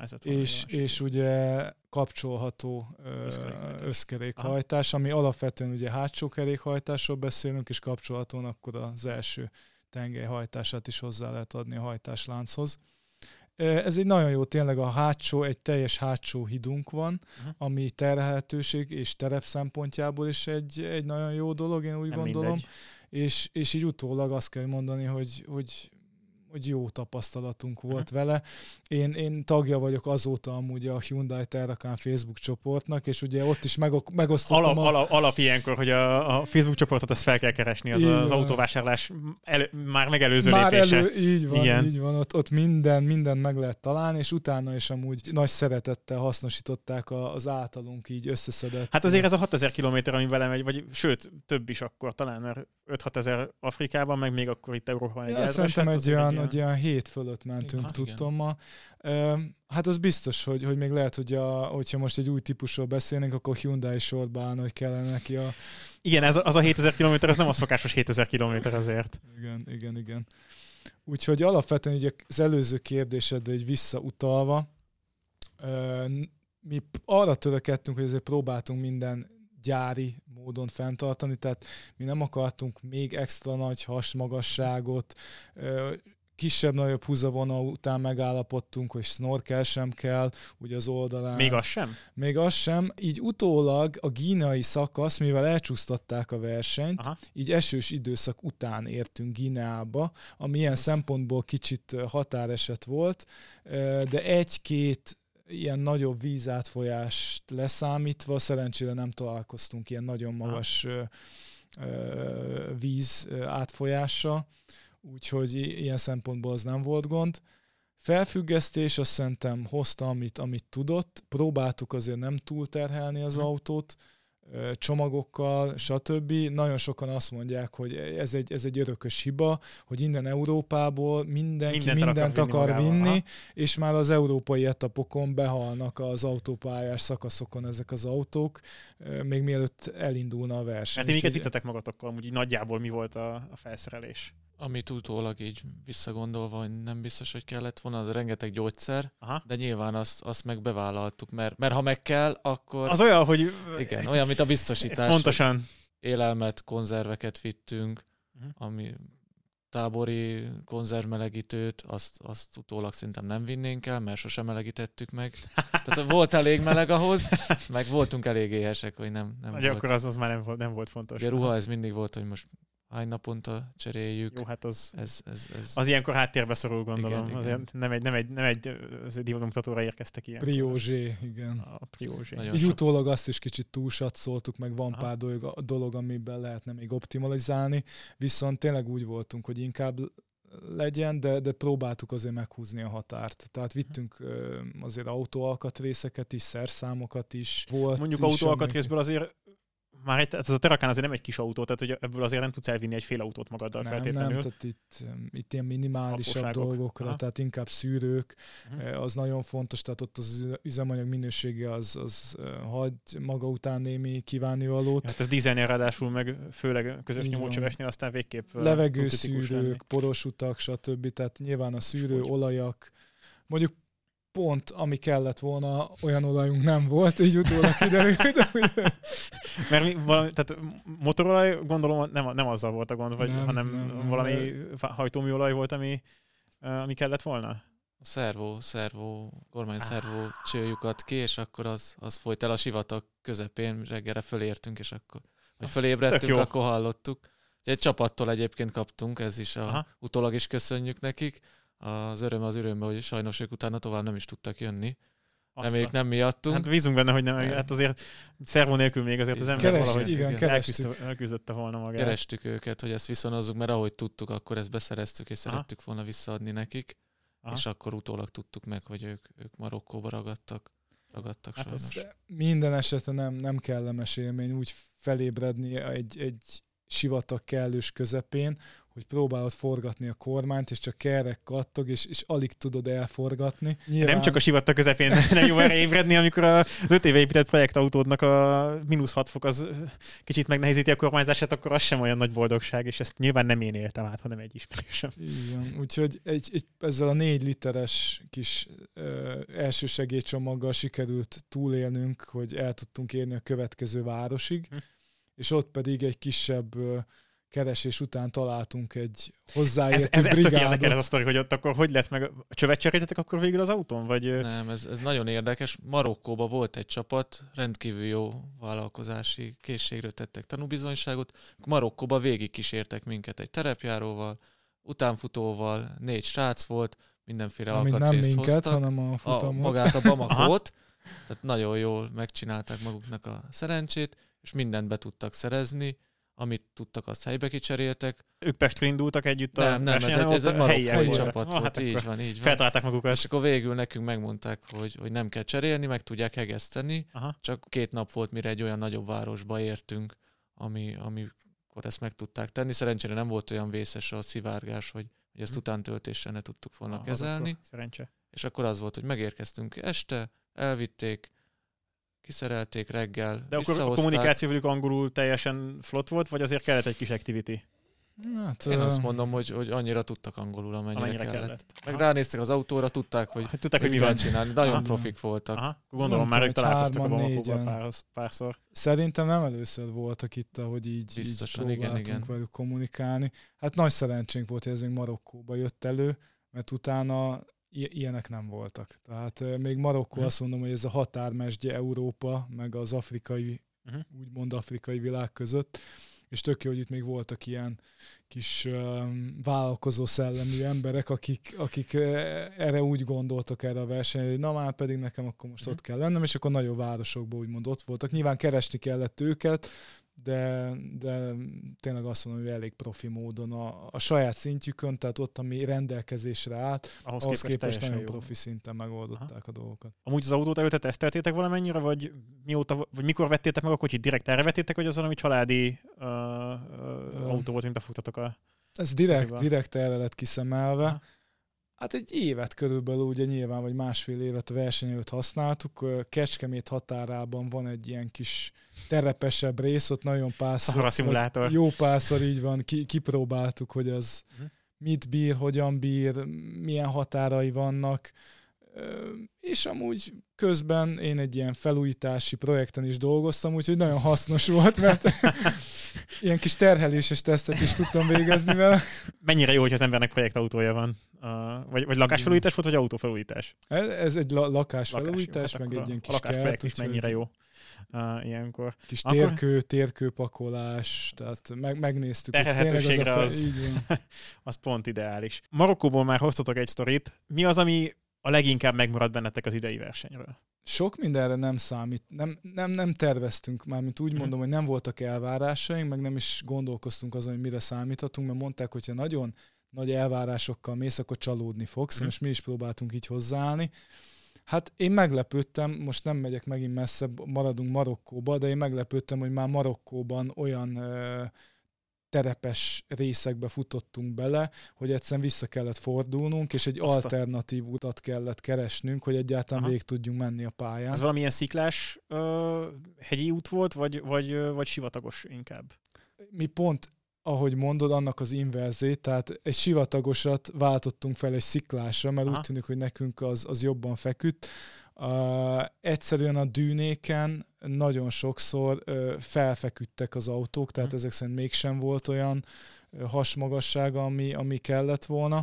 és ugye kapcsolható összkerékhajtás, ami alapvetően ugye hátsó kerékhajtásról beszélünk, és kapcsolhatón akkor az első tengelyhajtását is hozzá lehet adni a hajtáslánchoz. Ez egy nagyon jó, tényleg egy teljes hátsó hidunk van, ami terhelhetőség és terep szempontjából is egy nagyon jó dolog, én úgy gondolom. És így utólag azt kell mondani, hogy jó tapasztalatunk volt vele. Én tagja vagyok azóta amúgy a Hyundai Terracan Facebook csoportnak, és ugye ott is megosztottam alap ilyenkor, hogy a Facebook csoportot azt fel kell keresni, az autóvásárlás már megelőző lépése. Így van, ott minden meg lehet találni, és utána is amúgy nagy szeretettel hasznosították az általunk így összeszedett. Hát azért ez a 6000 kilométer, ami vele megy, vagy sőt, több is akkor talán, mert 5-6 ezer Afrikában, meg még akkor itt Európában egy szerintem egy olyan 7 fölött mentünk, tudtommal. Hát az biztos, hogy még lehet, hogyha most egy új típusról beszélnénk, akkor Hyundai sorba állna, hogy kellene neki a... Igen, az a 7000 kilométer, ez nem a szokásos 7000 kilométer azért. Igen. Úgyhogy alapvetően így az előző kérdésedre így visszautalva, mi arra törekedtünk, hogy azért próbáltunk minden gyári módon fenntartani, tehát mi nem akartunk még extra nagy hasmagasságot, kisebb-nagyobb húzavonal után megállapodtunk, hogy snorkel sem kell, ugye az oldalán. Még az sem? Még az sem. Így utólag a guineai szakasz, mivel elcsúsztatták a versenyt, így esős időszak után értünk Guineába, ami ilyen szempontból kicsit határeset volt, de egy-két ilyen nagyobb vízátfolyást leszámítva szerencsére nem találkoztunk ilyen nagyon magas víz átfolyással, úgyhogy ilyen szempontból az nem volt gond. Felfüggesztés azt szerintem hozta, amit tudott. Próbáltuk azért nem túlterhelni az autót, csomagokkal, stb. Nagyon sokan azt mondják, hogy ez egy örökös hiba, hogy innen Európából mindenki mindent akar vinni, és már az európai etapokon behalnak az autópályás szakaszokon ezek az autók, még mielőtt elindulna a verseny. Hát miket vittetek magatokkal, úgy nagyjából mi volt a felszerelés? Amit utólag így visszagondolva, hogy nem biztos, hogy kellett volna, az rengeteg gyógyszer, de nyilván azt meg bevállaltuk, mert ha meg kell, akkor... Az olyan, hogy... Igen, olyan, mint a biztosítás. Pontosan. Élelmet, konzerveket vittünk, ami tábori konzervmelegítőt, azt utólag szerintem nem vinnénk el, mert sosem melegítettük meg. Tehát volt elég meleg ahhoz, meg voltunk elég éhesek, hogy nem volt. Akkor az már nem volt fontos. A ruha ez mindig volt, hogy most hány naponta cseréljük. Jó, hát ez... az ilyenkor háttérbe szorul, gondolom. Igen. Azért nem egy divatmutatóra érkeztek ilyen. Priózsé, igen. A Priózsé. Így utólag azt is kicsit túlsatszoltuk, meg van pár dolog, amiben lehetne még optimalizálni, viszont tényleg úgy voltunk, hogy inkább legyen, de próbáltuk azért meghúzni a határt. Tehát vittünk azért autóalkatrészeket is, szerszámokat is. Volt mondjuk autóalkatrészből azért már ez a Terakán azért nem egy kis autó, tehát hogy ebből azért nem tudsz elvinni egy fél autót magaddal feltétlenül. Nem, tehát itt ilyen minimálisabb dolgokra, tehát inkább szűrők, az nagyon fontos, tehát ott az üzemanyag minősége az hagy maga után némi kívánnivalót. Hát ez dízelnél ráadásul meg főleg közös nyomócsövesnél aztán végképp levegőszűrők, poros utak, stb. Tehát nyilván a szűrő, olajak, mondjuk pont, ami kellett volna, olyan olajunk nem volt, így utólag kiderült. Mert tehát motorolaj, gondolom nem azzal volt a gond, vagy, hanem valami hajtóműolaj volt, ami kellett volna? A kormányszervó csőjukat ki, és akkor az folyt el a sivatag közepén, reggelre fölértünk, és akkor, hogy fölébredtünk, akkor hallottuk. Egy csapattól egyébként kaptunk, ez is utólag is köszönjük nekik. Az örömbe, hogy sajnos ők utána tovább nem is tudtak jönni. Reméljük nem miattunk. Hát bízunk benne, hogy nem. Hát azért szervó nélkül még azért az ember valahogy elküzdötte volna magát. Kerestük őket, hogy ezt viszonozzuk, mert ahogy tudtuk, akkor ezt beszereztük, és szerettük volna visszaadni nekik. És akkor utólag tudtuk meg, hogy ők Marokkóba ragadtak hát sajnos. Minden esetben nem kellemes élmény úgy felébredni egy sivatag kellős közepén, hogy próbálod forgatni a kormányt, és csak kerek kattog, és alig tudod elforgatni. Nyilván... Nem csak a sivatag közepén nem jó erre ébredni, amikor az 5 éve épített projektautódnak a -6 fok az kicsit megnehezíti a kormányzását, akkor az sem olyan nagy boldogság, és ezt nyilván nem én éltem át, hanem egy ismerősöm. Igen, úgyhogy ezzel a 4 literes kis elsősegélycsomaggal sikerült túlélnünk, hogy el tudtunk érni a következő városig, és ott pedig egy kisebb keresés után találtunk egy hozzáértő brigádot. Ez tök érdekel ez a sztori, hogy ott akkor hogy lett meg? Csövet cseréltetek akkor végül az autón? Vagy... Nem, ez nagyon érdekes. Marokkóban volt egy csapat, rendkívül jó vállalkozási készségről tettek tanúbizonyságot. Marokkóban végig kísértek minket egy terepjáróval, utánfutóval, 4 srác volt, mindenféle alkatrészt hoztak. Nem minket, hanem a futamot. Magát a Bamakót. Tehát nagyon jól megcsinálták maguknak a szerencsét, és mindent be tudtak szerezni, amit tudtak, azt helybe kicseréltek. Ők Pestről indultak együtt a versenyen? Ez egy helyi csapat volt, hát így van. Feltalálták magukat. És akkor végül nekünk megmondták, hogy nem kell cserélni, meg tudják hegeszteni. Csak 2 nap volt, mire egy olyan nagyobb városba értünk, amikor ezt meg tudták tenni. Szerencsére nem volt olyan vészes a szivárgás, hogy ezt utántöltéssel ne tudtuk volna kezelni. Szerencse. És akkor az volt, hogy megérkeztünk este, elvitték, kiszerelték reggel, de akkor a kommunikáció velük angolul teljesen flott volt, vagy azért kellett egy kis activity? Hát, én azt mondom, hogy annyira tudtak angolul, amennyire kellett. Meg ránéztek az autóra, tudták, hogy mi kell csinálni. Nagyon profik voltak. Gondolom már ők találkoztak a Bamakóban párszor. Szerintem nem először voltak itt, ahogy így próbáltunk velük kommunikálni. Hát nagy szerencsénk volt, hogy ez még Marokkóba jött elő, mert utána ilyenek nem voltak. Tehát még Marokkó azt mondom, hogy ez a határmesdje Európa, meg az afrikai, úgymond afrikai világ között, és tök jó, hogy itt még voltak ilyen kis vállalkozó szellemű emberek, akik erre úgy gondoltak erre a versenyre, hogy na már pedig nekem akkor most ott kell lennem, és akkor nagyobb városokban úgymond ott voltak. Nyilván keresni kellett őket, de tényleg azt mondom, hogy elég profi módon a saját szintjükön, tehát ott, ami rendelkezésre állt, ahhoz képest nagyon profi szinten megoldották a dolgokat. Amúgy az autót előtte teszteltétek valamennyire, vagy mikor vettétek meg a kocsit? Direkt erre vettétek, vagy az valami családi autó volt, mint befogtatok a... Ez direkt erre lett kiszemelve. Hát egy évet körülbelül, ugye nyilván, vagy másfél évet a verseny előtt használtuk. Kecskemét határában van egy ilyen kis terepesebb rész, ott nagyon párszor, jó párszor így van, kipróbáltuk, hogy az mit bír, hogyan bír, milyen határai vannak. És amúgy közben én egy ilyen felújítási projekten is dolgoztam, úgyhogy nagyon hasznos volt, mert ilyen kis terheléses tesztet is tudtam végezni vele. Mennyire jó, hogy az embernek projektautója van? Vagy lakásfelújítás volt, vagy autófelújítás? Ez egy lakásfelújítás, meg egy ilyen kis lakásprojekt is mennyire jó ilyenkor. Kis térkőpakolás, tehát megnéztük. Terhelhetőségre az pont ideális. Marokkóból már hoztatok egy sztorit. Mi az, ami a leginkább megmaradt bennetek az idei versenyről? Sok mindenre nem számít. Nem terveztünk, mármint úgy mondom, hogy nem voltak elvárásaink, meg nem is gondolkoztunk azon, hogy mire számíthatunk, mert mondták, hogyha nagyon nagy elvárásokkal mész, akkor csalódni fogsz, és mi is próbáltunk így hozzáállni. Hát én meglepődtem, most nem megyek megint messze, maradunk Marokkóba, de én meglepődtem, hogy már Marokkóban olyan terepes részekbe futottunk bele, hogy egyszerűen vissza kellett fordulnunk, és egy alternatív utat kellett keresnünk, hogy egyáltalán végig tudjunk menni a pályán. Ez valamilyen sziklás hegyi út volt, vagy sivatagos inkább? Mi pont, ahogy mondod, annak az inverzét, tehát egy sivatagosat váltottunk fel egy sziklásra, mert úgy tűnik, hogy nekünk az jobban feküdt. Egyszerűen a dűnéken nagyon sokszor felfeküdtek az autók, tehát ezek szerint mégsem volt olyan hasmagassága, ami kellett volna,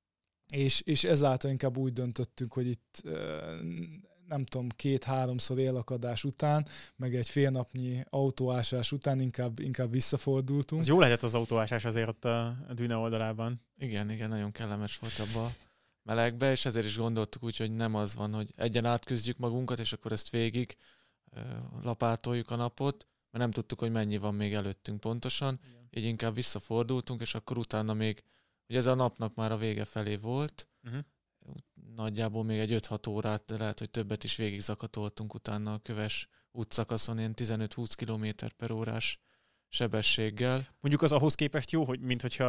és ezáltal inkább úgy döntöttünk, hogy itt nem tudom, 2-3-szor élakadás után, meg egy félnapnyi autóásás után inkább visszafordultunk. Az jó lehetett az autóásás azért ott a Dűne oldalában. Igen, nagyon kellemes volt abba a melegbe, és ezért is gondoltuk úgy, hogy nem az van, hogy egyen átküzdjük magunkat, és akkor ezt végig lapátoljuk a napot, mert nem tudtuk, hogy mennyi van még előttünk pontosan, így inkább visszafordultunk, és akkor utána még, ugye ez a napnak már a vége felé volt, nagyjából még egy 5-6 órát, de lehet, hogy többet is végig zakatoltunk utána a köves útszakaszon, ilyen 15-20 km/h sebességgel. Mondjuk az ahhoz képest jó, hogy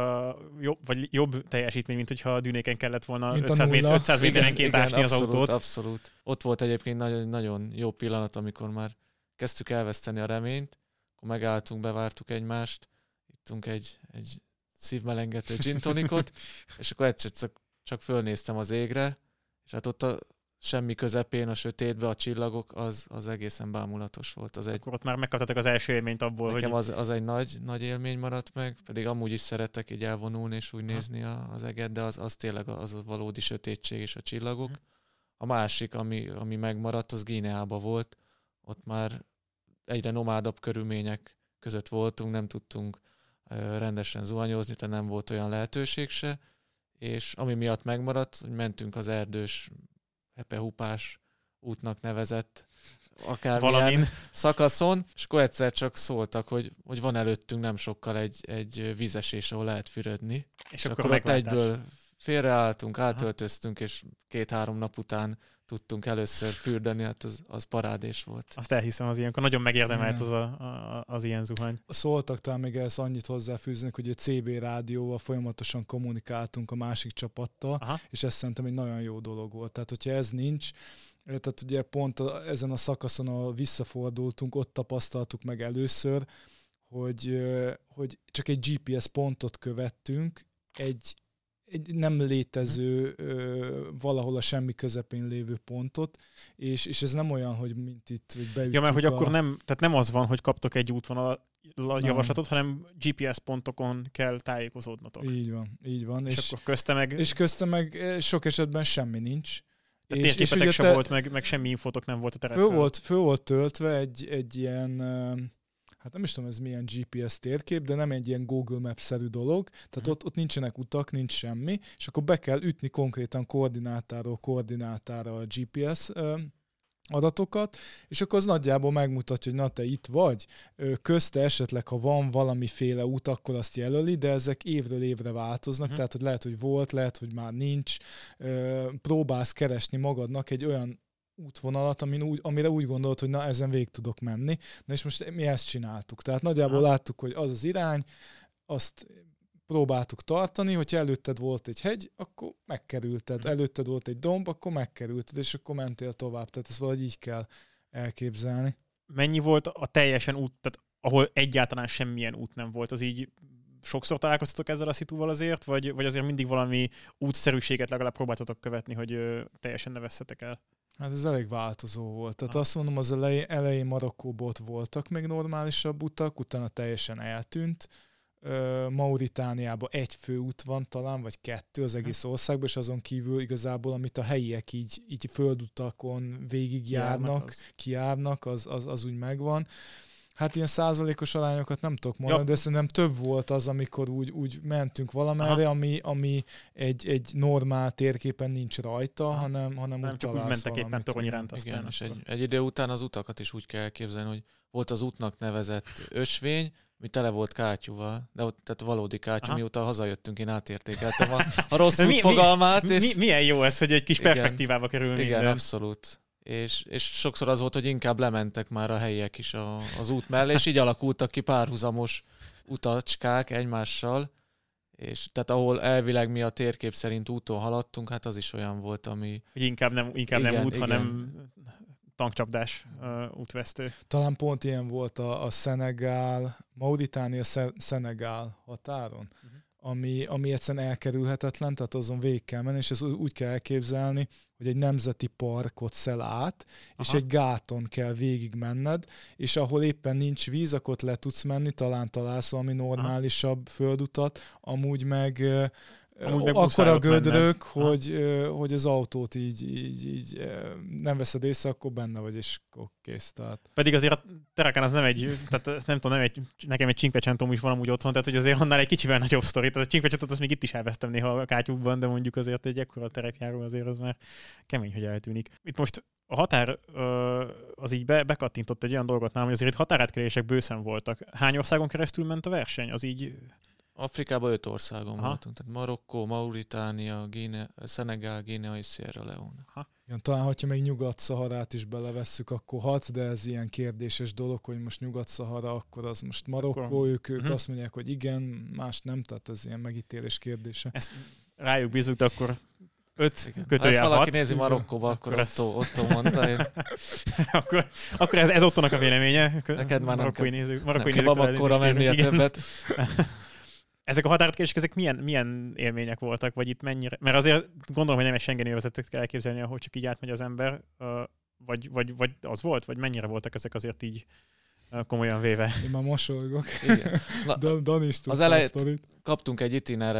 jobb teljesítmény, mint hogyha a dűnéken kellett volna 500 méterenként ásni az autót. Abszolút. Ott volt egyébként nagyon jó pillanat, amikor már kezdtük elveszteni a reményt, akkor megálltunk, bevártuk egymást, ittunk egy szívmelengető gin tonicot, és akkor egyszer csak fölnéztem az égre, és hát ott a semmi közepén, a sötétbe, a csillagok, az egészen bámulatos volt. Akkor ott már megkaptatok az első élményt abból, nekem az egy nagy élmény maradt meg, pedig amúgy is szeretek így elvonulni és úgy nézni az eget, de az tényleg az a valódi sötétség és a csillagok. A másik, ami megmaradt, az Guineában volt. Ott már egyre nomádabb körülmények között voltunk, nem tudtunk rendesen zuhanyozni, tehát nem volt olyan lehetőség se, és ami miatt megmaradt, hogy mentünk az erdős, hepehupás útnak nevezett akármilyen szakaszon, és akkor egyszer csak szóltak, hogy van előttünk nem sokkal egy vízesés, ahol lehet fürödni. És akkor ott egyből félreálltunk, átöltöztünk, és 2-3 nap után tudtunk először fürdeni, hát az parádés volt. Azt elhiszem, az ilyenkor nagyon megérdemelt az ilyen zuhany. Szóltak talán még ezt annyit hozzáfűznek, hogy a CB rádióval folyamatosan kommunikáltunk a másik csapattal, és ez szerintem egy nagyon jó dolog volt. Tehát, hogyha ez nincs, tehát ugye pont ezen a szakaszon, ahol visszafordultunk, ott tapasztaltuk meg először, hogy csak egy GPS pontot követtünk, egy nem létező, valahol a semmi közepén lévő pontot, és ez nem olyan, hogy mint itt, hogy beütjük. Ja, mert hogy akkor nem az van, hogy kaptok egy útvonal javaslatot, hanem GPS pontokon kell tájékozódnotok. Így van. És akkor közte meg sok esetben semmi nincs. Tehát térképetek se volt, meg semmi infotok nem volt a terepről. Föl volt töltve egy ilyen... hát nem is tudom, ez milyen GPS térkép, de nem egy ilyen Google Maps-szerű dolog, tehát ott nincsenek utak, nincs semmi, és akkor be kell ütni konkrétan koordinátára a GPS adatokat, és akkor az nagyjából megmutatja, hogy na te itt vagy, közte esetleg, ha van valamiféle út, akkor azt jelöli, de ezek évről évre változnak, tehát hogy lehet, hogy volt, lehet, hogy már nincs, próbálsz keresni magadnak egy olyan útvonalat, amire úgy gondolod, hogy na ezen végig tudok menni. Na és most mi ezt csináltuk. Tehát nagyjából láttuk, hogy az irány, azt próbáltuk tartani, hogyha előtted volt egy hegy, akkor megkerülted. Előtted volt egy domb, akkor megkerülted, és akkor mentél tovább. Tehát ezt valahogy így kell elképzelni. Mennyi volt a teljesen út, tehát ahol egyáltalán semmilyen út nem volt, az így sokszor találkoztatok ezzel a szitúval azért, vagy azért mindig valami útszerűséget legalább próbáltatok követni, hogy teljesen ne vesszetek el? Hát ez elég változó volt. Tehát azt mondom, az elején Marokkóban ott voltak még normálisabb utak, utána teljesen eltűnt. Mauritániában egy főút van talán, vagy 2 az egész országban, és azon kívül igazából, amit a helyiek így földutakon végigjárnak, kijárnak, az úgy megvan. Hát ilyen százalékos arányokat nem tudok mondani, de szerintem több volt az, amikor úgy mentünk valamerre, ami egy normál térképen nincs rajta, hanem úgy csak úgy mentek éppen torony iránt aztán. Igen, és egy idő után az utakat is úgy kell elképzelni, hogy volt az útnak nevezett ösvény, mi tele volt kátyúval, de ott tehát valódi kátyú, mióta hazajöttünk, én átértékeltem a rossz út fogalmát. És milyen jó ez, hogy egy kis perspektívába kerül minden. Igen, abszolút. És sokszor az volt, hogy inkább lementek már a helyiek is az út mellé, és így alakultak ki párhuzamos utacskák egymással, és tehát ahol elvileg mi a térkép szerint úton haladtunk, hát az is olyan volt, ami... Hogy inkább nem út, hanem tankcsapdás útvesztő. Talán pont ilyen volt a Szenegál, Mauritánia-Szenegál határon, ami egyszerűen elkerülhetetlen, tehát azon végig kell menni, és ezt úgy kell elképzelni, hogy egy nemzeti parkot szel át, és egy gáton kell végig menned, és ahol éppen nincs víz, akkor ott le tudsz menni, talán találsz valami normálisabb földutat, amúgy meg akkora gödrök, hogy az autót így nem veszed észre, akkor benne vagy, és akkor kész. Tehát. Pedig azért a Terakán az tehát nem tudom, nekem egy Cinquecentom is van amúgy otthon, tehát hogy azért annál egy kicsivel nagyobb sztori. Tehát a Cinquecentot azt még itt is elvesztem néha a kátyúkban, de mondjuk azért egy ekkora terepjáró azért az már kemény, hogy eltűnik. Itt most a határ az így bekattintott egy olyan dolgot nálam, hogy azért itt határátkelések bőszen voltak. Hány országon keresztül ment a verseny? Az így... Afrikában 5 országon voltunk, tehát Marokkó, Mauritánia, Szenegál, Guinea és Sierra Leone. Igen, talán, hogyha még Nyugat-Szaharát is belevesszük, akkor 6, de ez ilyen kérdéses dolog, hogy most Nyugat-Szahara, akkor az most Marokkó, ők azt mondják, hogy igen, más nem, tehát ez ilyen megítélés kérdése. Ezt rájuk bízunk, de akkor 5 kötőjel 6. Ha ezt valaki nézi Marokkóba, akkor Otto mondta. akkor ez Ottónak a véleménye. Neked már nem kell Bamakkóra mennie többet. Ezek a határátkelések, ezek milyen élmények voltak, vagy itt mennyire? Mert azért gondolom, hogy nem egy Schengeni övezetet kell elképzelni, ahogy csak így átmegy az ember, vagy az volt, vagy mennyire voltak ezek azért így komolyan véve? Én már mosolygok. Igen. Dan is az elejét kaptunk egy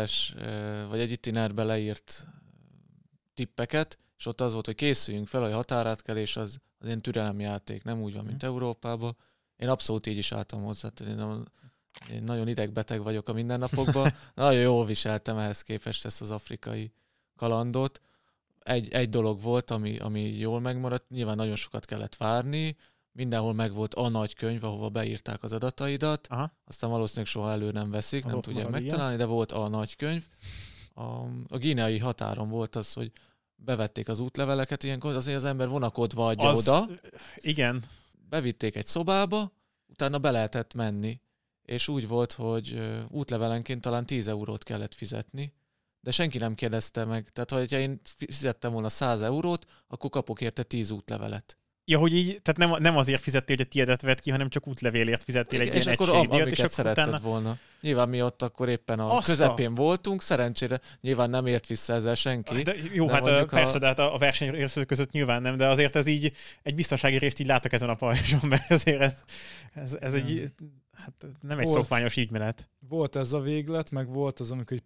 itinerbe leírt tippeket, és ott az volt, hogy készüljünk fel, hogy határátkelés az ilyen türelemjáték, nem úgy van, mint Európában. Én abszolút így is álltam hozzá. Én nagyon idegbeteg vagyok a mindennapokban. Nagyon jól viseltem ehhez képest ezt az afrikai kalandot. Egy dolog volt, ami jól megmaradt. Nyilván nagyon sokat kellett várni. Mindenhol megvolt a nagy könyv, ahova beírták az adataidat. Aztán valószínűleg soha elő nem veszik, nem tudják megtalálni, de volt a nagy könyv. A guineai határon volt az, hogy bevették az útleveleket, ilyenkor azért az ember vonakodva adja oda. Igen. Bevitték egy szobába, utána be lehetett menni. És úgy volt, hogy útlevelenként talán 10 eurót kellett fizetni, de senki nem kérdezte meg. Tehát, ha én fizettem volna 100 eurót, akkor kapok érte 10 útlevelet. Ja, hogy így, tehát nem azért fizettél, hogy a tiédet vett ki, hanem csak útlevélért fizettél egy ilyen egységdíjat. És akkor szeretted volna. Nyilván mi ott akkor éppen a közepén voltunk, szerencsére nyilván nem ért vissza ezzel senki. Jó, hát persze, de hát a versenyrészek között nyilván nem, de azért ez így egy biztonsági részt így látok ezen a pajzson, mert azért ez egy, hát nem egy szokványos ígymenet. Volt ez a véglet, meg volt az, amikor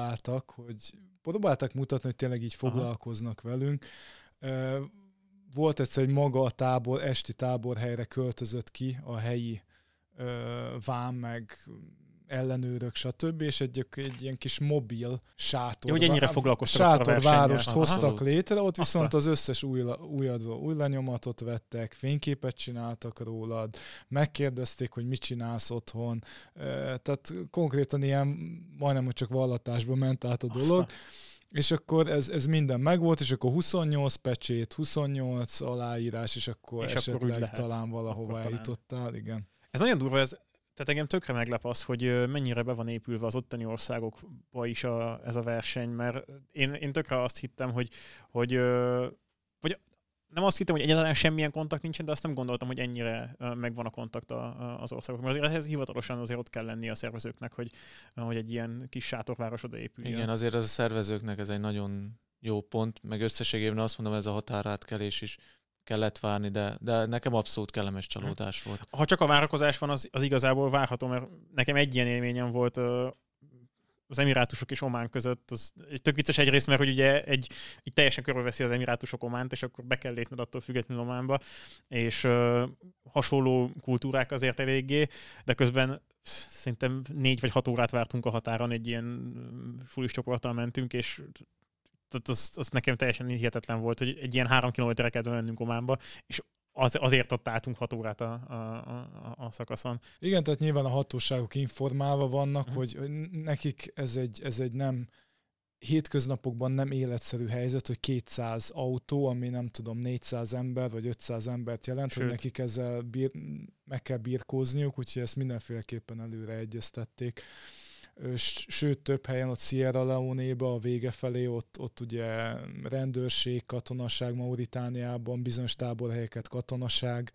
próbáltak mutatni, hogy tényleg így foglalkoznak velünk. Volt egyszer, hogy maga a tábor, esti táborhelyre költözött ki a helyi vám, meg ellenőrök, stb. És egy ilyen kis mobil sátorvárost hoztak létre, ott viszont az összes új lenyomatot vettek, fényképet csináltak rólad, megkérdezték, hogy mit csinálsz otthon, tehát konkrétan ilyen majdnem, hogy csak vallatásba ment át a dolog. És akkor ez minden megvolt, és akkor 28 pecsét, 28 aláírás, és akkor esetleg talán valahova eljutottál, igen. Ez nagyon durva, tehát engem tökre meglep az, hogy mennyire be van épülve az ottani országokba is ez a verseny, mert én tökre azt hittem, hogy nem azt hittem, hogy egyáltalán semmilyen kontakt nincsen, de azt nem gondoltam, hogy ennyire megvan a kontakt az országok. Mert azért ehhez hivatalosan azért ott kell lenni a szervezőknek, hogy egy ilyen kis sátorváros oda épüljön. Igen, azért az a szervezőknek ez egy nagyon jó pont, meg összességében azt mondom, ez a határátkelés is kellett várni, de nekem abszolút kellemes csalódás volt. Ha csak a várakozás van, az igazából várható, mert nekem egy ilyen élményem volt az Emirátusok és Omán között, az tök vicces egyrészt, mert hogy ugye így teljesen körülveszi az Emirátusok Ománt, és akkor be kell lépned attól függetlenül Ománba, és hasonló kultúrák azért eléggé, de közben szerintem 4 vagy 6 órát vártunk a határon, egy ilyen fulis csoporttal mentünk, és az nekem teljesen hihetetlen volt, hogy egy ilyen 3 kilométerre kell mennünk Ománba, és azért ott álltunk 6 órát a szakaszon. Igen, tehát nyilván a hatóságok informálva vannak, hogy nekik ez egy nem hétköznapokban nem életszerű helyzet, hogy 200 autó, ami nem tudom 400 ember vagy 500 embert jelent, hogy nekik ezzel meg kell birkózniuk, úgyhogy ezt mindenféleképpen előre egyeztették. Sőt, több helyen, ott Sierra Leone-ba a vége felé, ott ugye rendőrség, katonaság, Mauritániában bizonyos táborhelyeket katonaság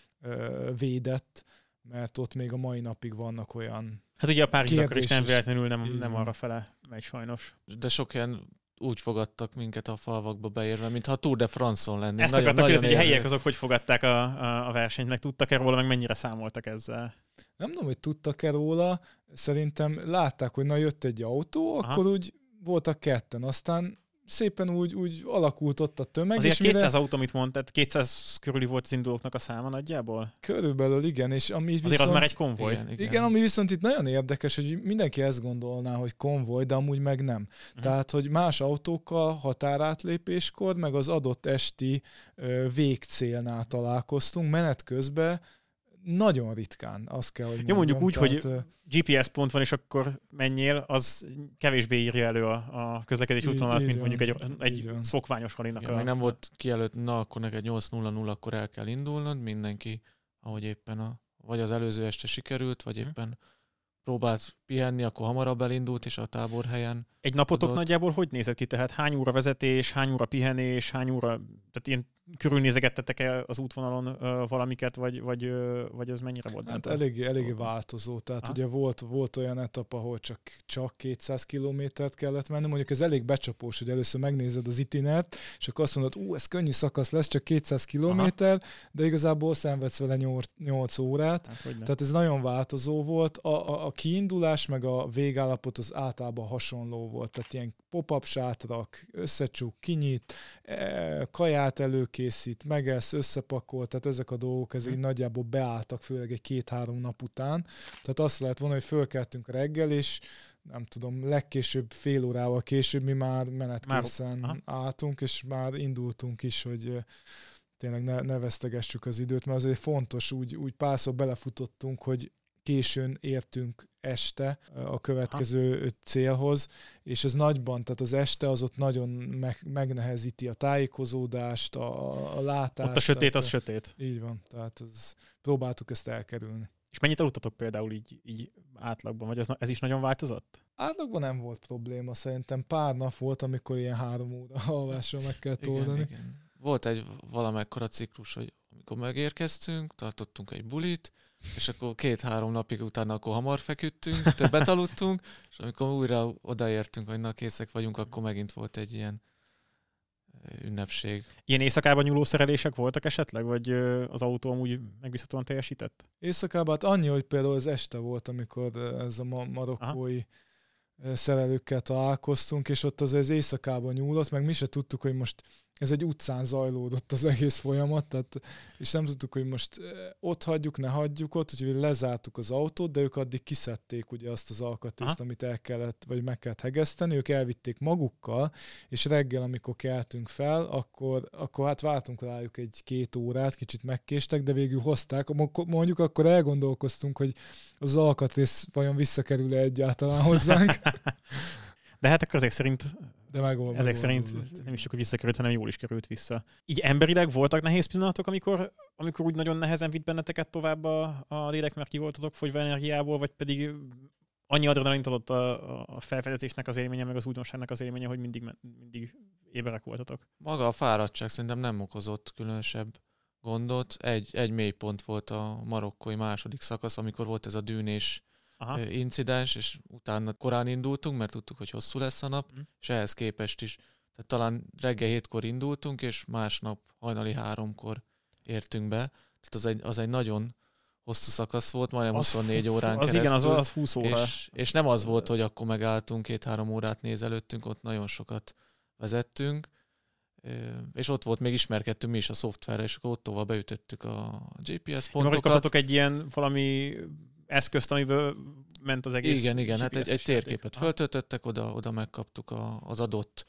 védett, mert ott még a mai napig vannak olyan hát ugye a Párizsakra is nem véletlenül nem arra fele megy sajnos. De sok helyen úgy fogadtak minket a falvakba beérve, mintha a Tour de France-on lennénk. Ezt akartak kérdezni, hogy a helyiek azok hogy fogadták a versenyt, meg tudtak-e róla, meg mennyire számoltak ezzel? Nem tudom, hogy tudtak-e róla, szerintem látták, hogy na jött egy autó, akkor úgy voltak ketten, aztán szépen úgy alakult ott a tömeg. Azért 200 autó, amit mondtad, 200 körüli volt az indulóknak a száma nagyjából? Körülbelül igen, és ami azért viszont, az már egy konvoj. Igen, ami viszont itt nagyon érdekes, hogy mindenki ezt gondolná, hogy konvoj, de amúgy meg nem. Tehát, hogy más autókkal határátlépéskor, meg az adott esti végcélnál találkoztunk, menet közben nagyon ritkán, azt kell, hogy mondjam. Jó, mondjuk úgy, hogy GPS pont van, és akkor menjél, az kevésbé írja elő a közlekedés útvonalat, mint mondjuk egy szokványos ralinak. Még nem volt kijelölt, na akkor neked 8:00, akkor el kell indulnod, mindenki, ahogy éppen vagy az előző este sikerült, vagy éppen próbált pihenni, akkor hamarabb elindult, és a táborhelyen. Egy napotok nagyjából hogy nézett ki? Tehát hány óra vezetés, hány óra pihenés, hány óra, tehát ilyen körülnézegettetek-e az útvonalon valamiket, vagy ez mennyire volt? Hát eléggé változó. Tehát ugye volt olyan etap, ahol csak 200 kilométert kellett menni. Mondjuk ez elég becsapós, hogy először megnézed az itinert, és akkor azt mondod, ez könnyű szakasz lesz, csak 200 kilométer, de igazából szenvedsz vele 8 órát. Hát, tehát ez nagyon változó volt. A kiindulás meg a végállapot az általában hasonló volt. Tehát ilyen pop-up sátrak, összecsuk, kinyit, kaját előkészít, megesz, összepakol, tehát ezek a dolgok ezek nagyjából beálltak, főleg egy 2-3 nap után. Tehát azt lehet mondani, hogy fölkeltünk reggel, és nem tudom, legkésőbb fél órával később mi már menetkészen álltunk, és már indultunk is, hogy tényleg ne vesztegessük az időt, mert azért fontos, úgy párszor belefutottunk, hogy későn értünk este a következő célhoz, és ez nagyban, tehát az este az ott nagyon megnehezíti a tájékozódást, a látást. Ott a sötét, az sötét. Így van, tehát próbáltuk ezt elkerülni. És mennyit aludtatok például így átlagban, vagy ez is nagyon változott? Átlagban nem volt probléma, szerintem pár nap volt, amikor ilyen 3 óra alvásra meg kell oldani. Igen. Volt egy valamekkora ciklus, hogy amikor megérkeztünk, tartottunk egy bulit, és akkor 2-3 napig utána akkor hamar feküdtünk, többet aludtunk, és amikor újra odaértünk, hogy na készek vagyunk, akkor megint volt egy ilyen ünnepség. Ilyen éjszakában nyúló szerelések voltak esetleg, vagy az autó amúgy megbízhatóan teljesített? Éjszakában hát annyi, hogy például az este volt, amikor ez a marokkói szerelőkkel találkoztunk, és ott az éjszakában nyúlott, meg mi se tudtuk, hogy most ez egy utcán zajlódott az egész folyamat, tehát, és nem tudtuk, hogy most ott hagyjuk, ne hagyjuk ott, úgyhogy lezártuk az autót, de ők addig kiszedték ugye azt az alkatrészt, amit el kellett, vagy meg kellett hegeszteni, ők elvitték magukkal, és reggel, amikor keltünk fel, akkor hát vártunk rájuk 1-2 órát, kicsit megkéstek, de végül hozták, mondjuk akkor elgondolkoztunk, hogy az alkatrész vajon visszakerül-e egyáltalán hozzánk. De hát akkor ezek szerint szerint nem is csak, hogy visszakerült, hanem jól is került vissza. Így emberileg voltak nehéz pillanatok, amikor úgy nagyon nehezen vitt benneteket tovább a lélek, mert ki voltatok fogyva energiából, vagy pedig annyi adrenalint adott a felfedezésnek az élménye, meg az újdonságnak az élménye, hogy mindig éberek voltatok? Maga a fáradtság szerintem nem okozott különösebb gondot. Egy mélypont volt a marokkói második szakasz, amikor volt ez a dűnés incidens, és utána korán indultunk, mert tudtuk, hogy hosszú lesz a nap, és ehhez képest is. Tehát talán reggel 7-kor indultunk, és másnap hajnali 3-kor értünk be. Tehát az egy nagyon hosszú szakasz volt, majdnem 24 órán az keresztül. Igen, az 20 óra. És nem az volt, hogy akkor megálltunk, 2-3 órát nézelődtünk, ott nagyon sokat vezettünk, és ott volt, még ismerkedtünk mi is a szoftverre, és akkor ottóval beütöttük a GPS pontokat. Kaptatok egy ilyen valami eszközt, amiből ment az egész... Igen, hát egy térképet föltöltöttek, oda megkaptuk az adott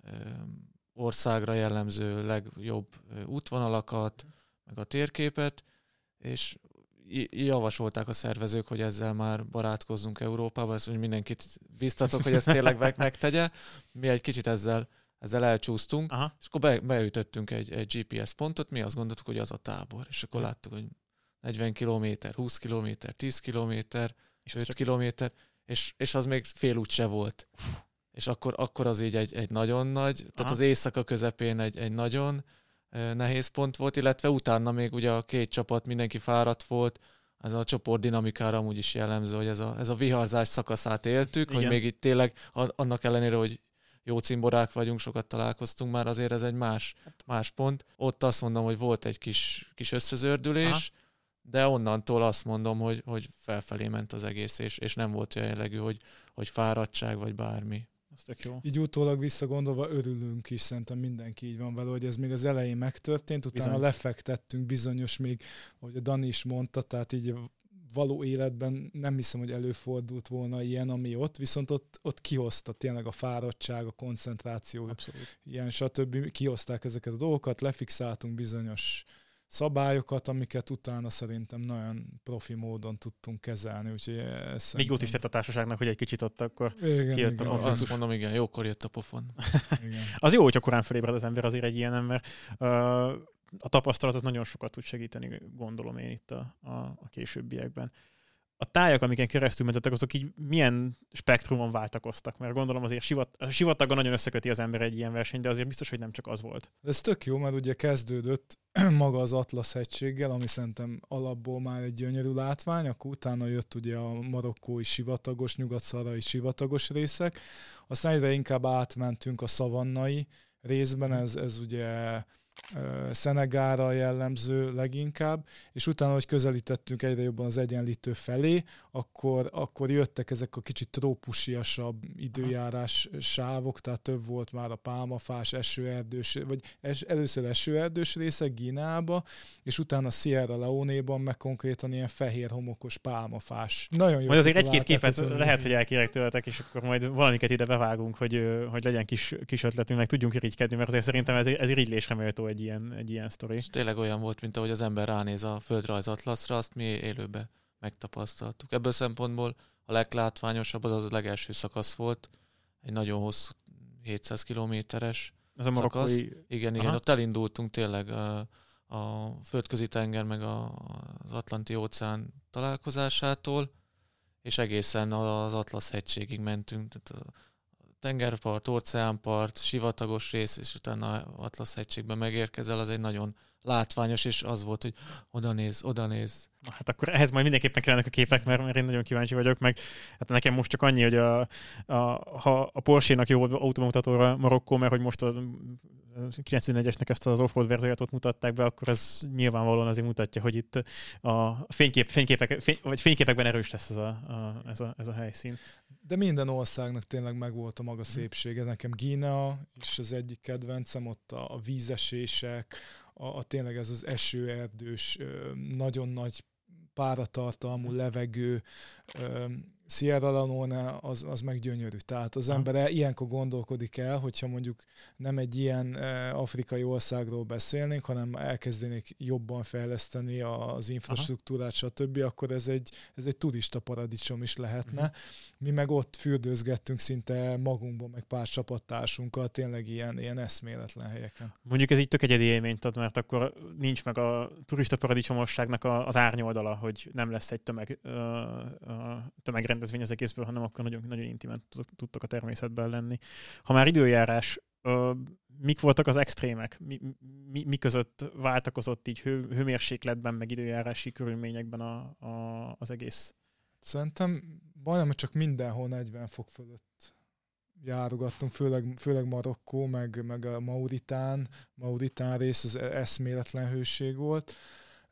országra jellemző legjobb útvonalakat, meg a térképet, és javasolták a szervezők, hogy ezzel már barátkozzunk Európában, ezt, hogy mindenkit biztatok, hogy ezt tényleg megtegye. Mi egy kicsit ezzel elcsúsztunk, és akkor beütöttünk egy GPS pontot, mi azt gondoltuk, hogy az a tábor, és akkor láttuk, hogy 40 kilométer, 20 kilométer, 10 kilométer, 5 kilométer, és az még fél út se volt. És akkor az így egy nagyon nagy, tehát az éjszaka közepén egy nagyon nehéz pont volt, illetve utána még ugye a két csapat, mindenki fáradt volt, ez a csoport dinamikára amúgy is jellemző, hogy ez a viharzás szakaszát éltük, igen. Hogy még itt tényleg annak ellenére, hogy jó cimborák vagyunk, sokat találkoztunk már, azért ez egy más pont. Ott azt mondom, hogy volt egy kis összezördülés, de onnantól azt mondom, hogy felfelé ment az egész, és nem volt olyan jellegű, hogy fáradtság vagy bármi. Jó. Így utólag visszagondolva örülünk is, szerintem mindenki így van vele, hogy ez még az elején megtörtént, utána lefektettünk bizonyos még, ahogy a Dani is mondta, tehát így való életben nem hiszem, hogy előfordult volna ilyen, ami ott, viszont ott kihozta tényleg a fáradtság, a koncentráció, abszolút. Ilyen stb. Kihozták ezeket a dolgokat, lefixáltunk bizonyos szabályokat, amiket utána szerintem nagyon profi módon tudtunk kezelni. Úgyhogy még jót is tett a társaságnak, hogy egy kicsit ott akkor kijött a konfliktus. Azt mondom, igen, jókor jött a pofon. Az jó, hogyha korán felébred az ember azért egy ilyen ember. A tapasztalat az nagyon sokat tud segíteni, gondolom én itt a későbbiekben. A tájak, amiken keresztül mentetek, azok így milyen spektrumon váltakoztak? Mert gondolom azért sivataggal nagyon összeköti az ember egy ilyen verseny, de azért biztos, hogy nem csak az volt. Ez tök jó, mert ugye kezdődött maga az Atlasz-hegységgel, ami szerintem alapból már egy gyönyörű látvány, akkor utána jött ugye a marokkói sivatagos, nyugat-szaharai sivatagos részek, aztán egyre inkább átmentünk a szavannai részben, ez ugye Szenegálra jellemző leginkább, és utána, hogy közelítettünk egyre jobban az Egyenlítő felé, akkor jöttek ezek a kicsit trópusiasabb időjárás sávok, tehát több volt már a pálmafás, esőerdős, vagy először esőerdős részek Guineába, és utána Sierra Leone-ban meg konkrétan ilyen fehér homokos pálmafás. Nagyon jó. Majd azért egy-két képet lehet, hogy elkérek tőletek, és akkor majd valamiket ide bevágunk, hogy legyen kis ötletünk, meg tudjunk irigykedni, mert azért szerintem ez irigylésre méltó egy ilyen sztori. És tényleg olyan volt, mint ahogy az ember ránéz a földrajzatlaszra, azt mi élőbe megtapasztaltuk. Ebből szempontból a leglátványosabb az a legelső szakasz volt, egy nagyon hosszú 700 kilométeres szakasz. Igen, ott elindultunk tényleg a földközi tenger meg az Atlanti óceán találkozásától, és egészen az Atlasz-hegységig mentünk, tehát a tengerpart, óceánpart, sivatagos rész, és utána Atlasz-hegységben megérkezel, az egy nagyon látványos, és az volt, hogy oda néz. Na, hát akkor ehhez majd mindenképpen kellenek a képek, mert én nagyon kíváncsi vagyok, meg hát nekem most csak annyi, hogy ha a Porsche-nak jó autómutatóra Marokkó, mert hogy most a 911-esnek ezt az off-road verzióját ott mutatták be, akkor ez nyilvánvalóan azért mutatja, hogy itt a fényképekben erős lesz ez a helyszín. De minden országnak tényleg megvolt a maga szépsége. Nekem Guinea is az egyik kedvencem, ott a vízesések, tényleg ez az esőerdős, nagyon nagy páratartalmú levegő, Sierra Leone az meg gyönyörű. Tehát az ember ilyenkor gondolkodik el, hogyha mondjuk nem egy ilyen afrikai országról beszélnénk, hanem elkezdenék jobban fejleszteni az infrastruktúrát, stb., akkor ez egy turista paradicsom is lehetne. Mi meg ott fürdőzgettünk szinte magunkból, meg pár csapattársunkkal, tényleg ilyen eszméletlen helyeken. Mondjuk ez így tök egyedi élményt ad, mert akkor nincs meg a turista paradicsomosságnak az árnyoldala, hogy nem lesz egy tömegrendezvény az egészből, hanem akkor nagyon, nagyon intimen tudtok a természetben lenni. Ha már időjárás, mik voltak az extrémek? Mi között váltakozott így hőmérsékletben, meg időjárási körülményekben az egész? Szerintem majdnem csak mindenhol 40 fok fölött járogattunk, főleg Marokkó, meg a Mauritán rész, az eszméletlen hőség volt.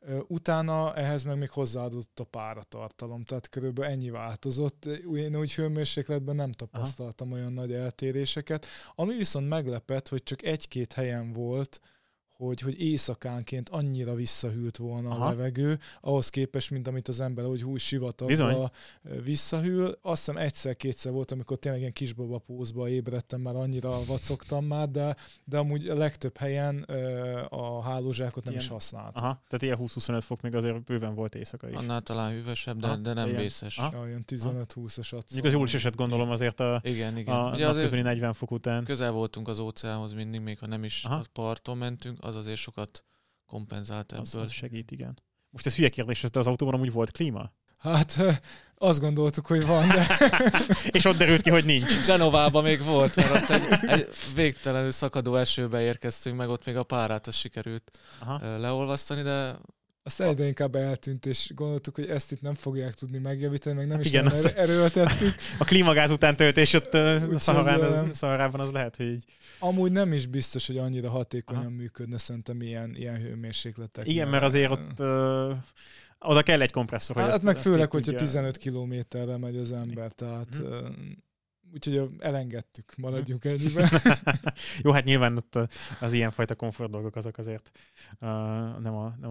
Utána ehhez meg még hozzáadott a páratartalom, tehát körülbelül ennyi változott. Én úgy hőmérsékletben nem tapasztaltam olyan nagy eltéréseket. Ami viszont meglepett, hogy csak 1-2 helyen volt, hogy éjszakánként annyira visszahűlt volna a levegő, ahhoz képest, mint amit az ember, hogy hús sivatagba visszahűl. Azt hiszem 1-2 volt, amikor tényleg ilyen kisbaba pózba ébredtem, már annyira vacogtam már, de amúgy a legtöbb helyen a hálózsákot nem is használtam. Tehát ilyen 20-25 fok még azért bőven volt éjszaka is. Annál talán hűvösebb, de nem vészes. Olyan 15-20-as adsz. Mondjuk az jól is esett, gondolom azért igen. A napközbeni 40 fok után. Közel voltunk az óceánhoz mindig, még ha nem is a parton mentünk, az azért sokat kompenzált ebből. Az segít, igen. Most ez hülye kérdés, de az autóban amúgy volt klíma? Hát azt gondoltuk, hogy van, de... És ott derült ki, hogy nincs. Genovában még volt, mert ott egy végtelenül szakadó esőbe érkeztünk, meg ott még a párát sikerült leolvasztani, de... Azt egyre inkább eltűnt, és gondoltuk, hogy ezt itt nem fogják tudni megjavítani, meg nem is erőltettük. A klímagáz után töltés ott Szaharában az lehet, hogy így... Amúgy nem is biztos, hogy annyira hatékonyan működne szerintem ilyen hőmérsékletek. Igen, mert azért ott oda kell egy kompresszor, hogy hát meg főleg, hogyha 15 kilométerre megy az ember, tehát... Úgyhogy elengedtük, maradjunk ennyiben. Jó, hát nyilván ott az ilyenfajta komfort dolgok azok azért nem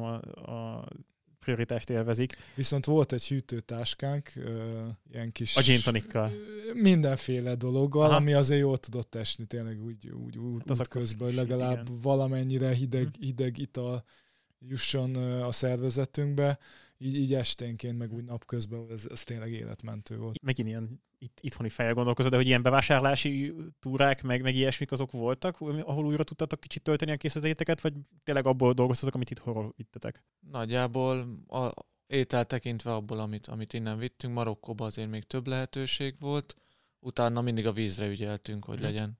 a prioritást élvezik. Viszont volt egy hűtőtáskánk, ilyen kis... A gin tonikkal. Mindenféle dologgal, ami azért jól tudott esni, tényleg úgy hát közben, hogy legalább valamennyire hideg ital jusson a szervezetünkbe. Így esténként, meg úgy napközben, ez tényleg életmentő volt. Megint ilyen itthoni fejjel gondolkozod, de hogy ilyen bevásárlási túrák, meg ilyesmik azok voltak, ahol újra tudtatok kicsit tölteni a készleteiteket, vagy tényleg abból dolgoztatok, amit itthonról vittetek? Nagyjából étel tekintve abból, amit innen vittünk, Marokkóba azért még több lehetőség volt. Utána mindig a vízre ügyeltünk, hogy legyen.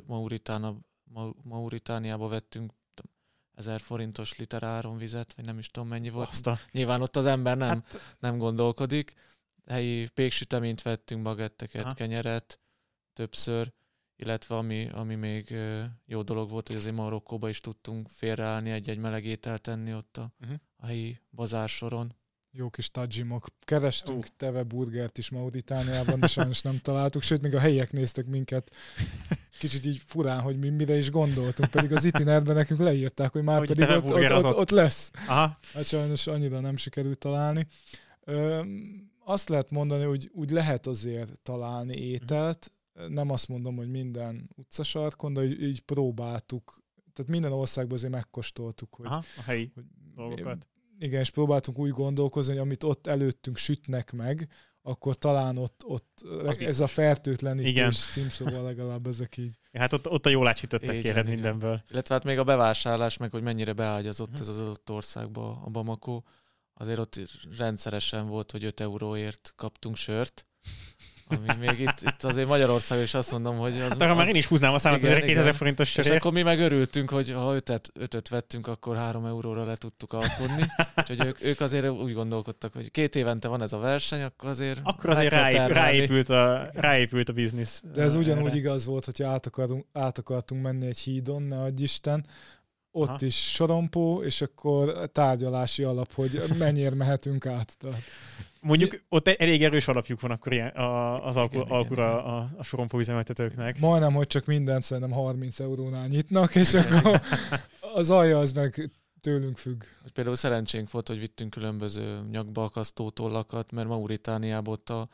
Mauritániába vettünk 1000 forintos liter áramvizet, vagy nem is tudom mennyi volt. Nyilván ott az ember nem gondolkodik. Helyi péksüteményt vettünk, bagetteket, kenyeret többször, illetve ami még jó dolog volt, hogy azért Marokkóba is tudtunk félreállni, egy meleg ételt tenni ott a helyi bazársoron. Jó kis tajimok. Kerestünk teve burgert is Mauritániában, de sajnos nem találtuk, sőt, még a helyiek néztek minket kicsit így furán, hogy mi mire is gondoltunk, pedig az itinerben nekünk leírták, hogy már pedig ott lesz. Hát sajnos annyira nem sikerült találni. Azt lehet mondani, hogy úgy lehet azért találni ételt, nem azt mondom, hogy minden utcasarkon, de így próbáltuk, tehát minden országban azért megkóstoltuk, hogy... a helyi dolgokat. Igen, és próbáltunk úgy gondolkozni, hogy amit ott előttünk sütnek meg, akkor talán ott ez a fertőtlenítés címszóval legalább ezek így. Ja, hát ott a jól átsütöttek kérhet mindenből. Illetve hát még a bevásárlás, meg hogy mennyire beágyazott ez az adott országba a Bamako, azért ott rendszeresen volt, hogy 5 euróért kaptunk sört, ami még itt azért Magyarországon is azt mondom, hogy az... Hát már én is húznám a számot, azért 2000 forintos sörért. És akkor mi meg örültünk, hogy ha 5-öt vettünk, akkor 3 euróra le tudtuk alkodni. Úgyhogy ők azért úgy gondolkodtak, hogy 2 évente van ez a verseny, akkor azért... Akkor azért ráépült a biznisz. De ez ugyanúgy igaz volt, hogy át akartunk menni egy hídon, ne adj Isten, ott is sorompó, és akkor tárgyalási alap, hogy mennyire mehetünk át. Tehát. Mondjuk ott elég erős alapjuk van akkor az alkura a sorompó üzemeltetőknek. Majdnem, hogy csak mindent szerintem 30 eurónál nyitnak, és akkor az alja az meg tőlünk függ. Például szerencsénk volt, hogy vittünk különböző nyakba akasztó tollakat, mert Mauritániában ott a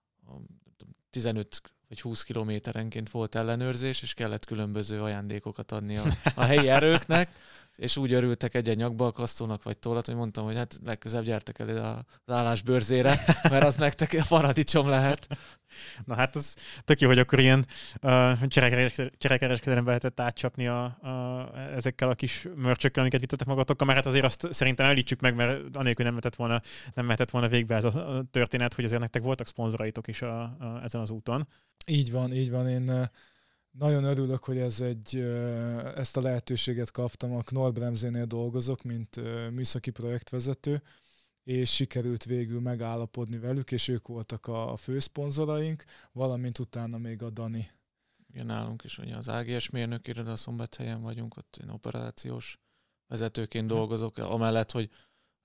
15 vagy 20 kilométerenként volt ellenőrzés, és kellett különböző ajándékokat adni a helyi erőknek, és úgy örültek egy nyakbalkasztónak vagy tollat, hogy mondtam, hogy hát legközelebb gyertek el az állásbőrzére, mert az nektek a paradicsom lehet. Na hát az tök jó, hogy akkor ilyen cserekereskedelembe lehetett átcsapni ezekkel a kis mörcsökkel, amiket vittetek magatokkal, mert hát azért azt szerintem elítsük meg, mert anélkül nem mehetett volna végbe ez a történet, hogy azért nektek voltak szponzoraitok is ezen az úton. Így van. Én nagyon örülök, hogy ezt a lehetőséget kaptam. A Knorr-Bremsénél dolgozok, mint műszaki projektvezető, és sikerült végül megállapodni velük, és ők voltak a főszponzoraink, valamint utána még a Dani. Igen, nálunk is ugye az AGS mérnök iroda, a Szombathelyen vagyunk, ott én operációs vezetőként dolgozok, amellett, hogy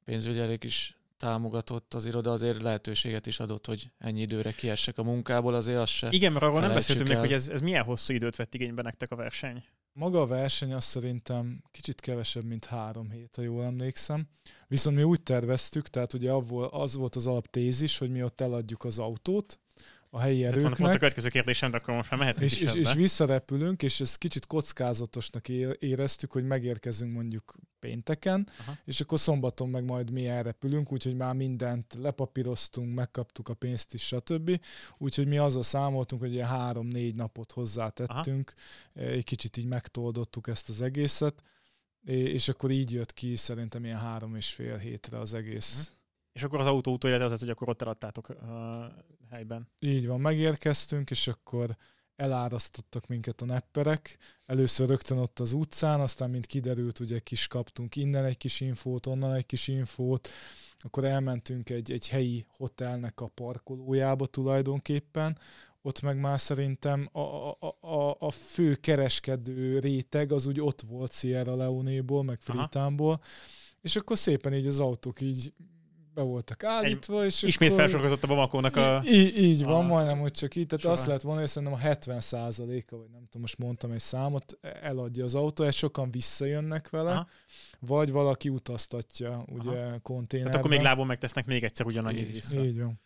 pénzügyileg is támogatott az iroda, azért lehetőséget is adott, hogy ennyi időre kiessek a munkából, azért az se. Igen, mert arról nem beszéltünk még, el. hogy ez milyen hosszú időt vett igénybe nektek a verseny. Maga a verseny azt szerintem kicsit kevesebb, mint 3 hét, ha jól emlékszem. Viszont mi úgy terveztük, tehát ugye az volt az alaptézis, hogy mi ott eladjuk az autót a helyi erőknek. Ez van a következő kérdésem, de akkor most már mehetünk és visszarepülünk, és ezt kicsit kockázatosnak éreztük, hogy megérkezünk mondjuk pénteken, és akkor szombaton meg majd mi elrepülünk, úgyhogy már mindent lepapíroztunk, megkaptuk a pénzt is, stb. Úgyhogy mi azzal számoltunk, hogy 3-4 napot hozzátettünk, egy kicsit így megtoldottuk ezt az egészet, és akkor így jött ki szerintem ilyen 3,5 hétre az egész. És akkor az autó utóélete az, hogy akkor ott eladtátok helyben. Így van, megérkeztünk, és akkor elárasztottak minket a nepperek. Először rögtön ott az utcán, aztán mint kiderült, ugye kaptunk innen egy kis infót, onnan egy kis infót, akkor elmentünk egy helyi hotelnek a parkolójába tulajdonképpen, ott meg már szerintem a fő kereskedő réteg az úgy ott volt Sierra Leone-ból, meg Freetownból, és akkor szépen így az autók így be voltak állítva, és ismét akkor... felsorokozott a Bamakónak a... Így van, majdnem, hogy csak így. Tehát azt lehet mondani, hogy szerintem a 70%-a, vagy nem tudom, most mondtam egy számot, eladja az autó, és sokan visszajönnek vele, vagy valaki utaztatja, ugye, konténerben. Tehát akkor még lábon megtesznek még egyszer ugyanannyit vissza. Így van.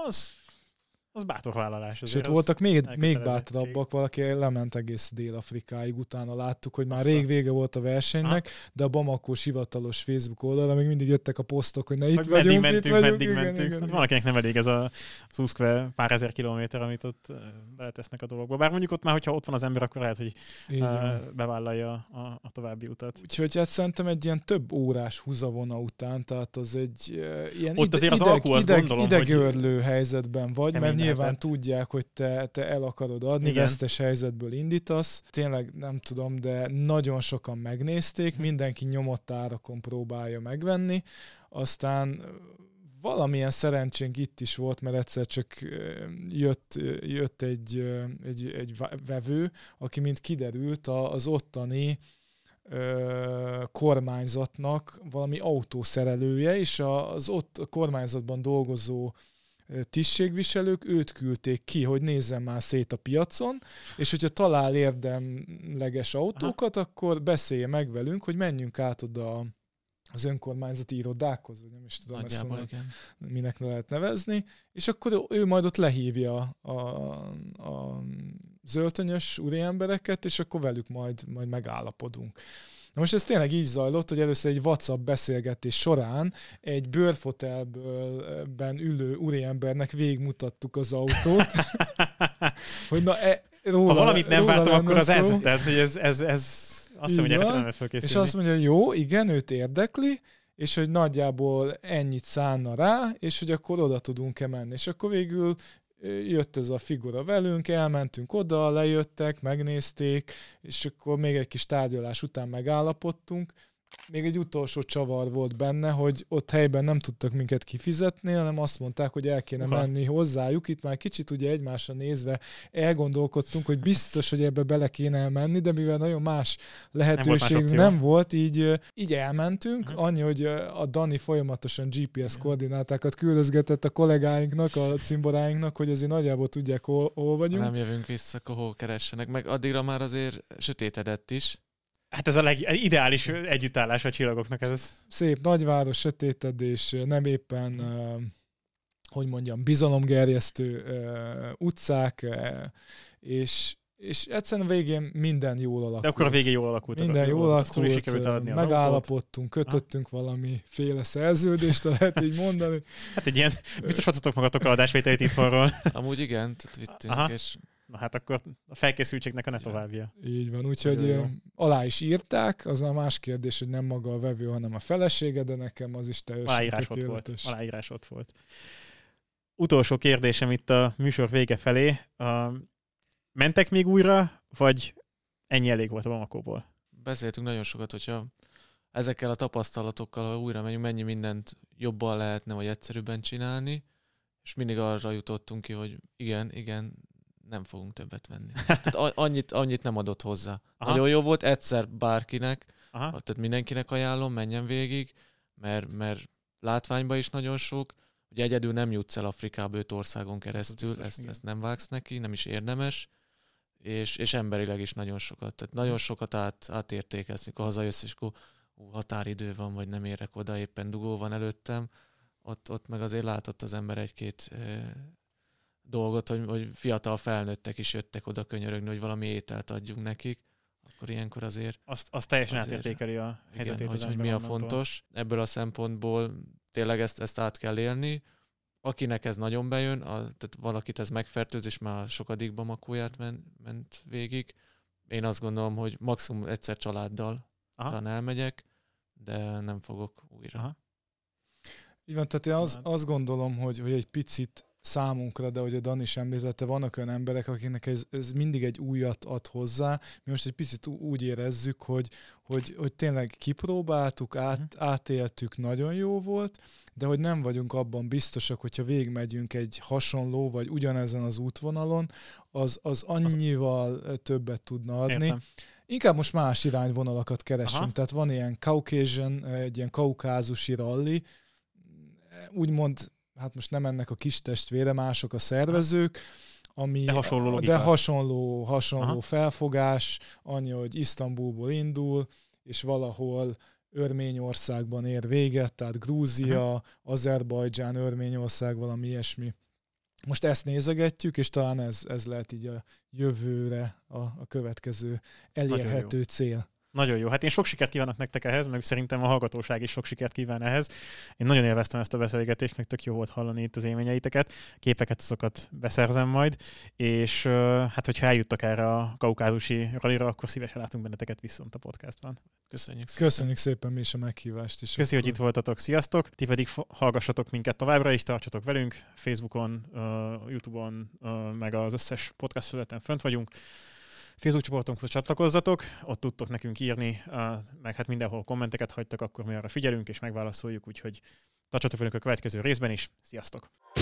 Az bátor vállalás. Sőt, voltak még bátrabbak, valaki lement egész Dél-Afrikáig, utána láttuk, hogy már rég vége volt a versenynek, de a Bamakós hivatalos Facebook oldalra még mindig jöttek a posztok, hogy itt vagyunk, meddig mentünk. Hát valakinek nem elég ez a szuszkve pár ezer kilométer, amit ott beletesznek a dologba. Bár mondjuk ott már, hogyha ott van az ember, akkor lehet, hogy bevállalja a további utat. Úgyhogy hát szerintem egy ilyen több órás húzavona után, tehát az egy ilyen ott azért az alkú, azt gondolom, idegörlő helyzetben vagy, mert nyilván tudják, hogy te el akarod adni, igen. Vesztes helyzetből indítasz. Tényleg nem tudom, de nagyon sokan megnézték, mindenki nyomott árakon próbálja megvenni. Aztán valamilyen szerencsénk itt is volt, mert egyszer csak jött egy vevő, aki mint kiderült az ottani kormányzatnak valami autószerelője, és az ott a kormányzatban dolgozó tisztségviselők őt küldték ki, hogy nézzen már szét a piacon, és hogyha talál érdemleges autókat, akkor beszélje meg velünk, hogy menjünk át oda az önkormányzati irodákhoz, vagy nem is tudom ezt minek lehet nevezni, és akkor ő majd ott lehívja a zöldtönyös úriembereket, és akkor velük majd megállapodunk. Na most ez tényleg így zajlott, hogy először egy WhatsApp beszélgetés során egy bőrfotelben ülő úriembernek végigmutattuk az autót, hogy na róla, ha valamit nem vártam, akkor az ez. Tehát, hogy ez azt hiszem, hogy erre nem felkészülni. És azt mondja, hogy jó, igen, őt érdekli, és hogy nagyjából ennyit szánna rá, és hogy akkor oda tudunk-e menni. És akkor végül jött ez a figura velünk, elmentünk oda, lejöttek, megnézték, és akkor még egy kis tárgyalás után megállapodtunk. Még egy utolsó csavar volt benne, hogy ott helyben nem tudtak minket kifizetni, hanem azt mondták, hogy el kéne menni hozzájuk. Itt már kicsit ugye egymásra nézve elgondolkodtunk, hogy biztos, hogy ebbe bele kéne menni, de mivel nagyon más lehetőségünk nem volt, így elmentünk. Annyi, hogy a Dani folyamatosan GPS koordinátákat küldözgetett a kollégáinknak, a cimboráinknak, hogy azért nagyjából tudják, hol vagyunk. Nem jövünk vissza, akkor hol keressenek. Meg addigra már azért sötétedett is. Hát ez a legideális együttállás a csillagoknak. Ez. Szép nagyváros, sötétedés, nem éppen, hogy mondjam, bizalomgerjesztő utcák, és egyszerűen a végén minden jól alakult. De akkor a végén jól alakult. Minden jól alakult, megállapodtunk, kötöttünk valamiféle szerződést, lehet így mondani. Hát egy ilyen, biztos adtatok magatok adásvételt itthonról. Amúgy igen, vittünk, és... Na hát akkor a felkészültségnek a ne továbbja. Így van, úgyhogy alá is írták, az a más kérdés, hogy nem maga a vevő, hanem a felesége, de nekem az is teljesen tökéletes. Aláírás ott volt. Utolsó kérdésem itt a műsor vége felé. Mentek még újra, vagy ennyi elég volt a Bamakóból? Beszéltünk nagyon sokat, hogyha ezekkel a tapasztalatokkal, ha újra megyünk, mennyi mindent jobban lehetne, vagy egyszerűbben csinálni, és mindig arra jutottunk ki, hogy igen, nem fogunk többet venni. Tehát annyit nem adott hozzá. Aha. Nagyon jó volt egyszer bárkinek, tehát mindenkinek ajánlom, menjen végig, mert látványban is nagyon sok, hogy egyedül nem jutsz el Afrikába 5 országon keresztül, Biztos, ezt nem vágsz neki, nem is érdemes, és emberileg is nagyon sokat. Tehát nagyon sokat átértékelsz, mikor hazajössz, és akkor határidő van, vagy nem érek oda, éppen dugó van előttem, ott meg azért látott az ember egy-két dolgot, hogy fiatal felnőttek is jöttek oda könyörögni, hogy valami ételt adjunk nekik, akkor ilyenkor azért... Azt teljesen átértékeli a helyzetét. Igen, hogy mi a fontos. Ebből a szempontból tényleg ezt át kell élni. Akinek ez nagyon bejön, tehát valakit ez megfertőz, és már sokadikba makóját ment végig. Én azt gondolom, hogy maximum egyszer családdal talán elmegyek, de nem fogok újra. Aha. Így van, tehát én azt gondolom, hogy egy picit számunkra, de hogy a Dani is említette, vannak olyan emberek, akiknek ez mindig egy újat ad hozzá. Mi most egy picit úgy érezzük, hogy tényleg kipróbáltuk, átéltük, nagyon jó volt, de hogy nem vagyunk abban biztosak, hogyha végigmegyünk egy hasonló, vagy ugyanezen az útvonalon, az annyival többet tudna adni. Értem. Inkább most más irányvonalakat keresünk. Aha. Tehát van ilyen Caucasian, egy ilyen kaukázusi ralli, úgymond, hát most nem ennek a kis testvére, mások a szervezők, ami de hasonló felfogás, annyi, hogy Isztambulból indul, és valahol Örményországban ér véget, tehát Grúzia, Azerbajdzsán, Örményország, valami ilyesmi. Most ezt nézegetjük, és talán ez lehet így a jövőre a következő elérhető cél. Nagyon jó. Hát én sok sikert kívánok nektek ehhez, meg szerintem a hallgatóság is sok sikert kíván ehhez. Én nagyon élveztem ezt a beszélgetést, meg tök jó volt hallani itt az élményeiteket. Képeket azokat beszerzem majd, és hát hogyha eljuttak erre a kaukázusi rallira, akkor szívesen látunk benneteket viszont a podcastban. Köszönjük szépen mi is a meghívást is. Köszi, hogy itt voltatok. Sziasztok! Ti pedig hallgassatok minket továbbra is, tartsatok velünk. Facebookon, YouTube-on, meg az összes podcast felületen fönt vagyunk. Facebook csoportunkhoz csatlakozzatok, ott tudtok nekünk írni, meg hát mindenhol kommenteket hagytak, akkor mi arra figyelünk és megválaszoljuk, úgyhogy tartsatok velünk a következő részben is. Sziasztok!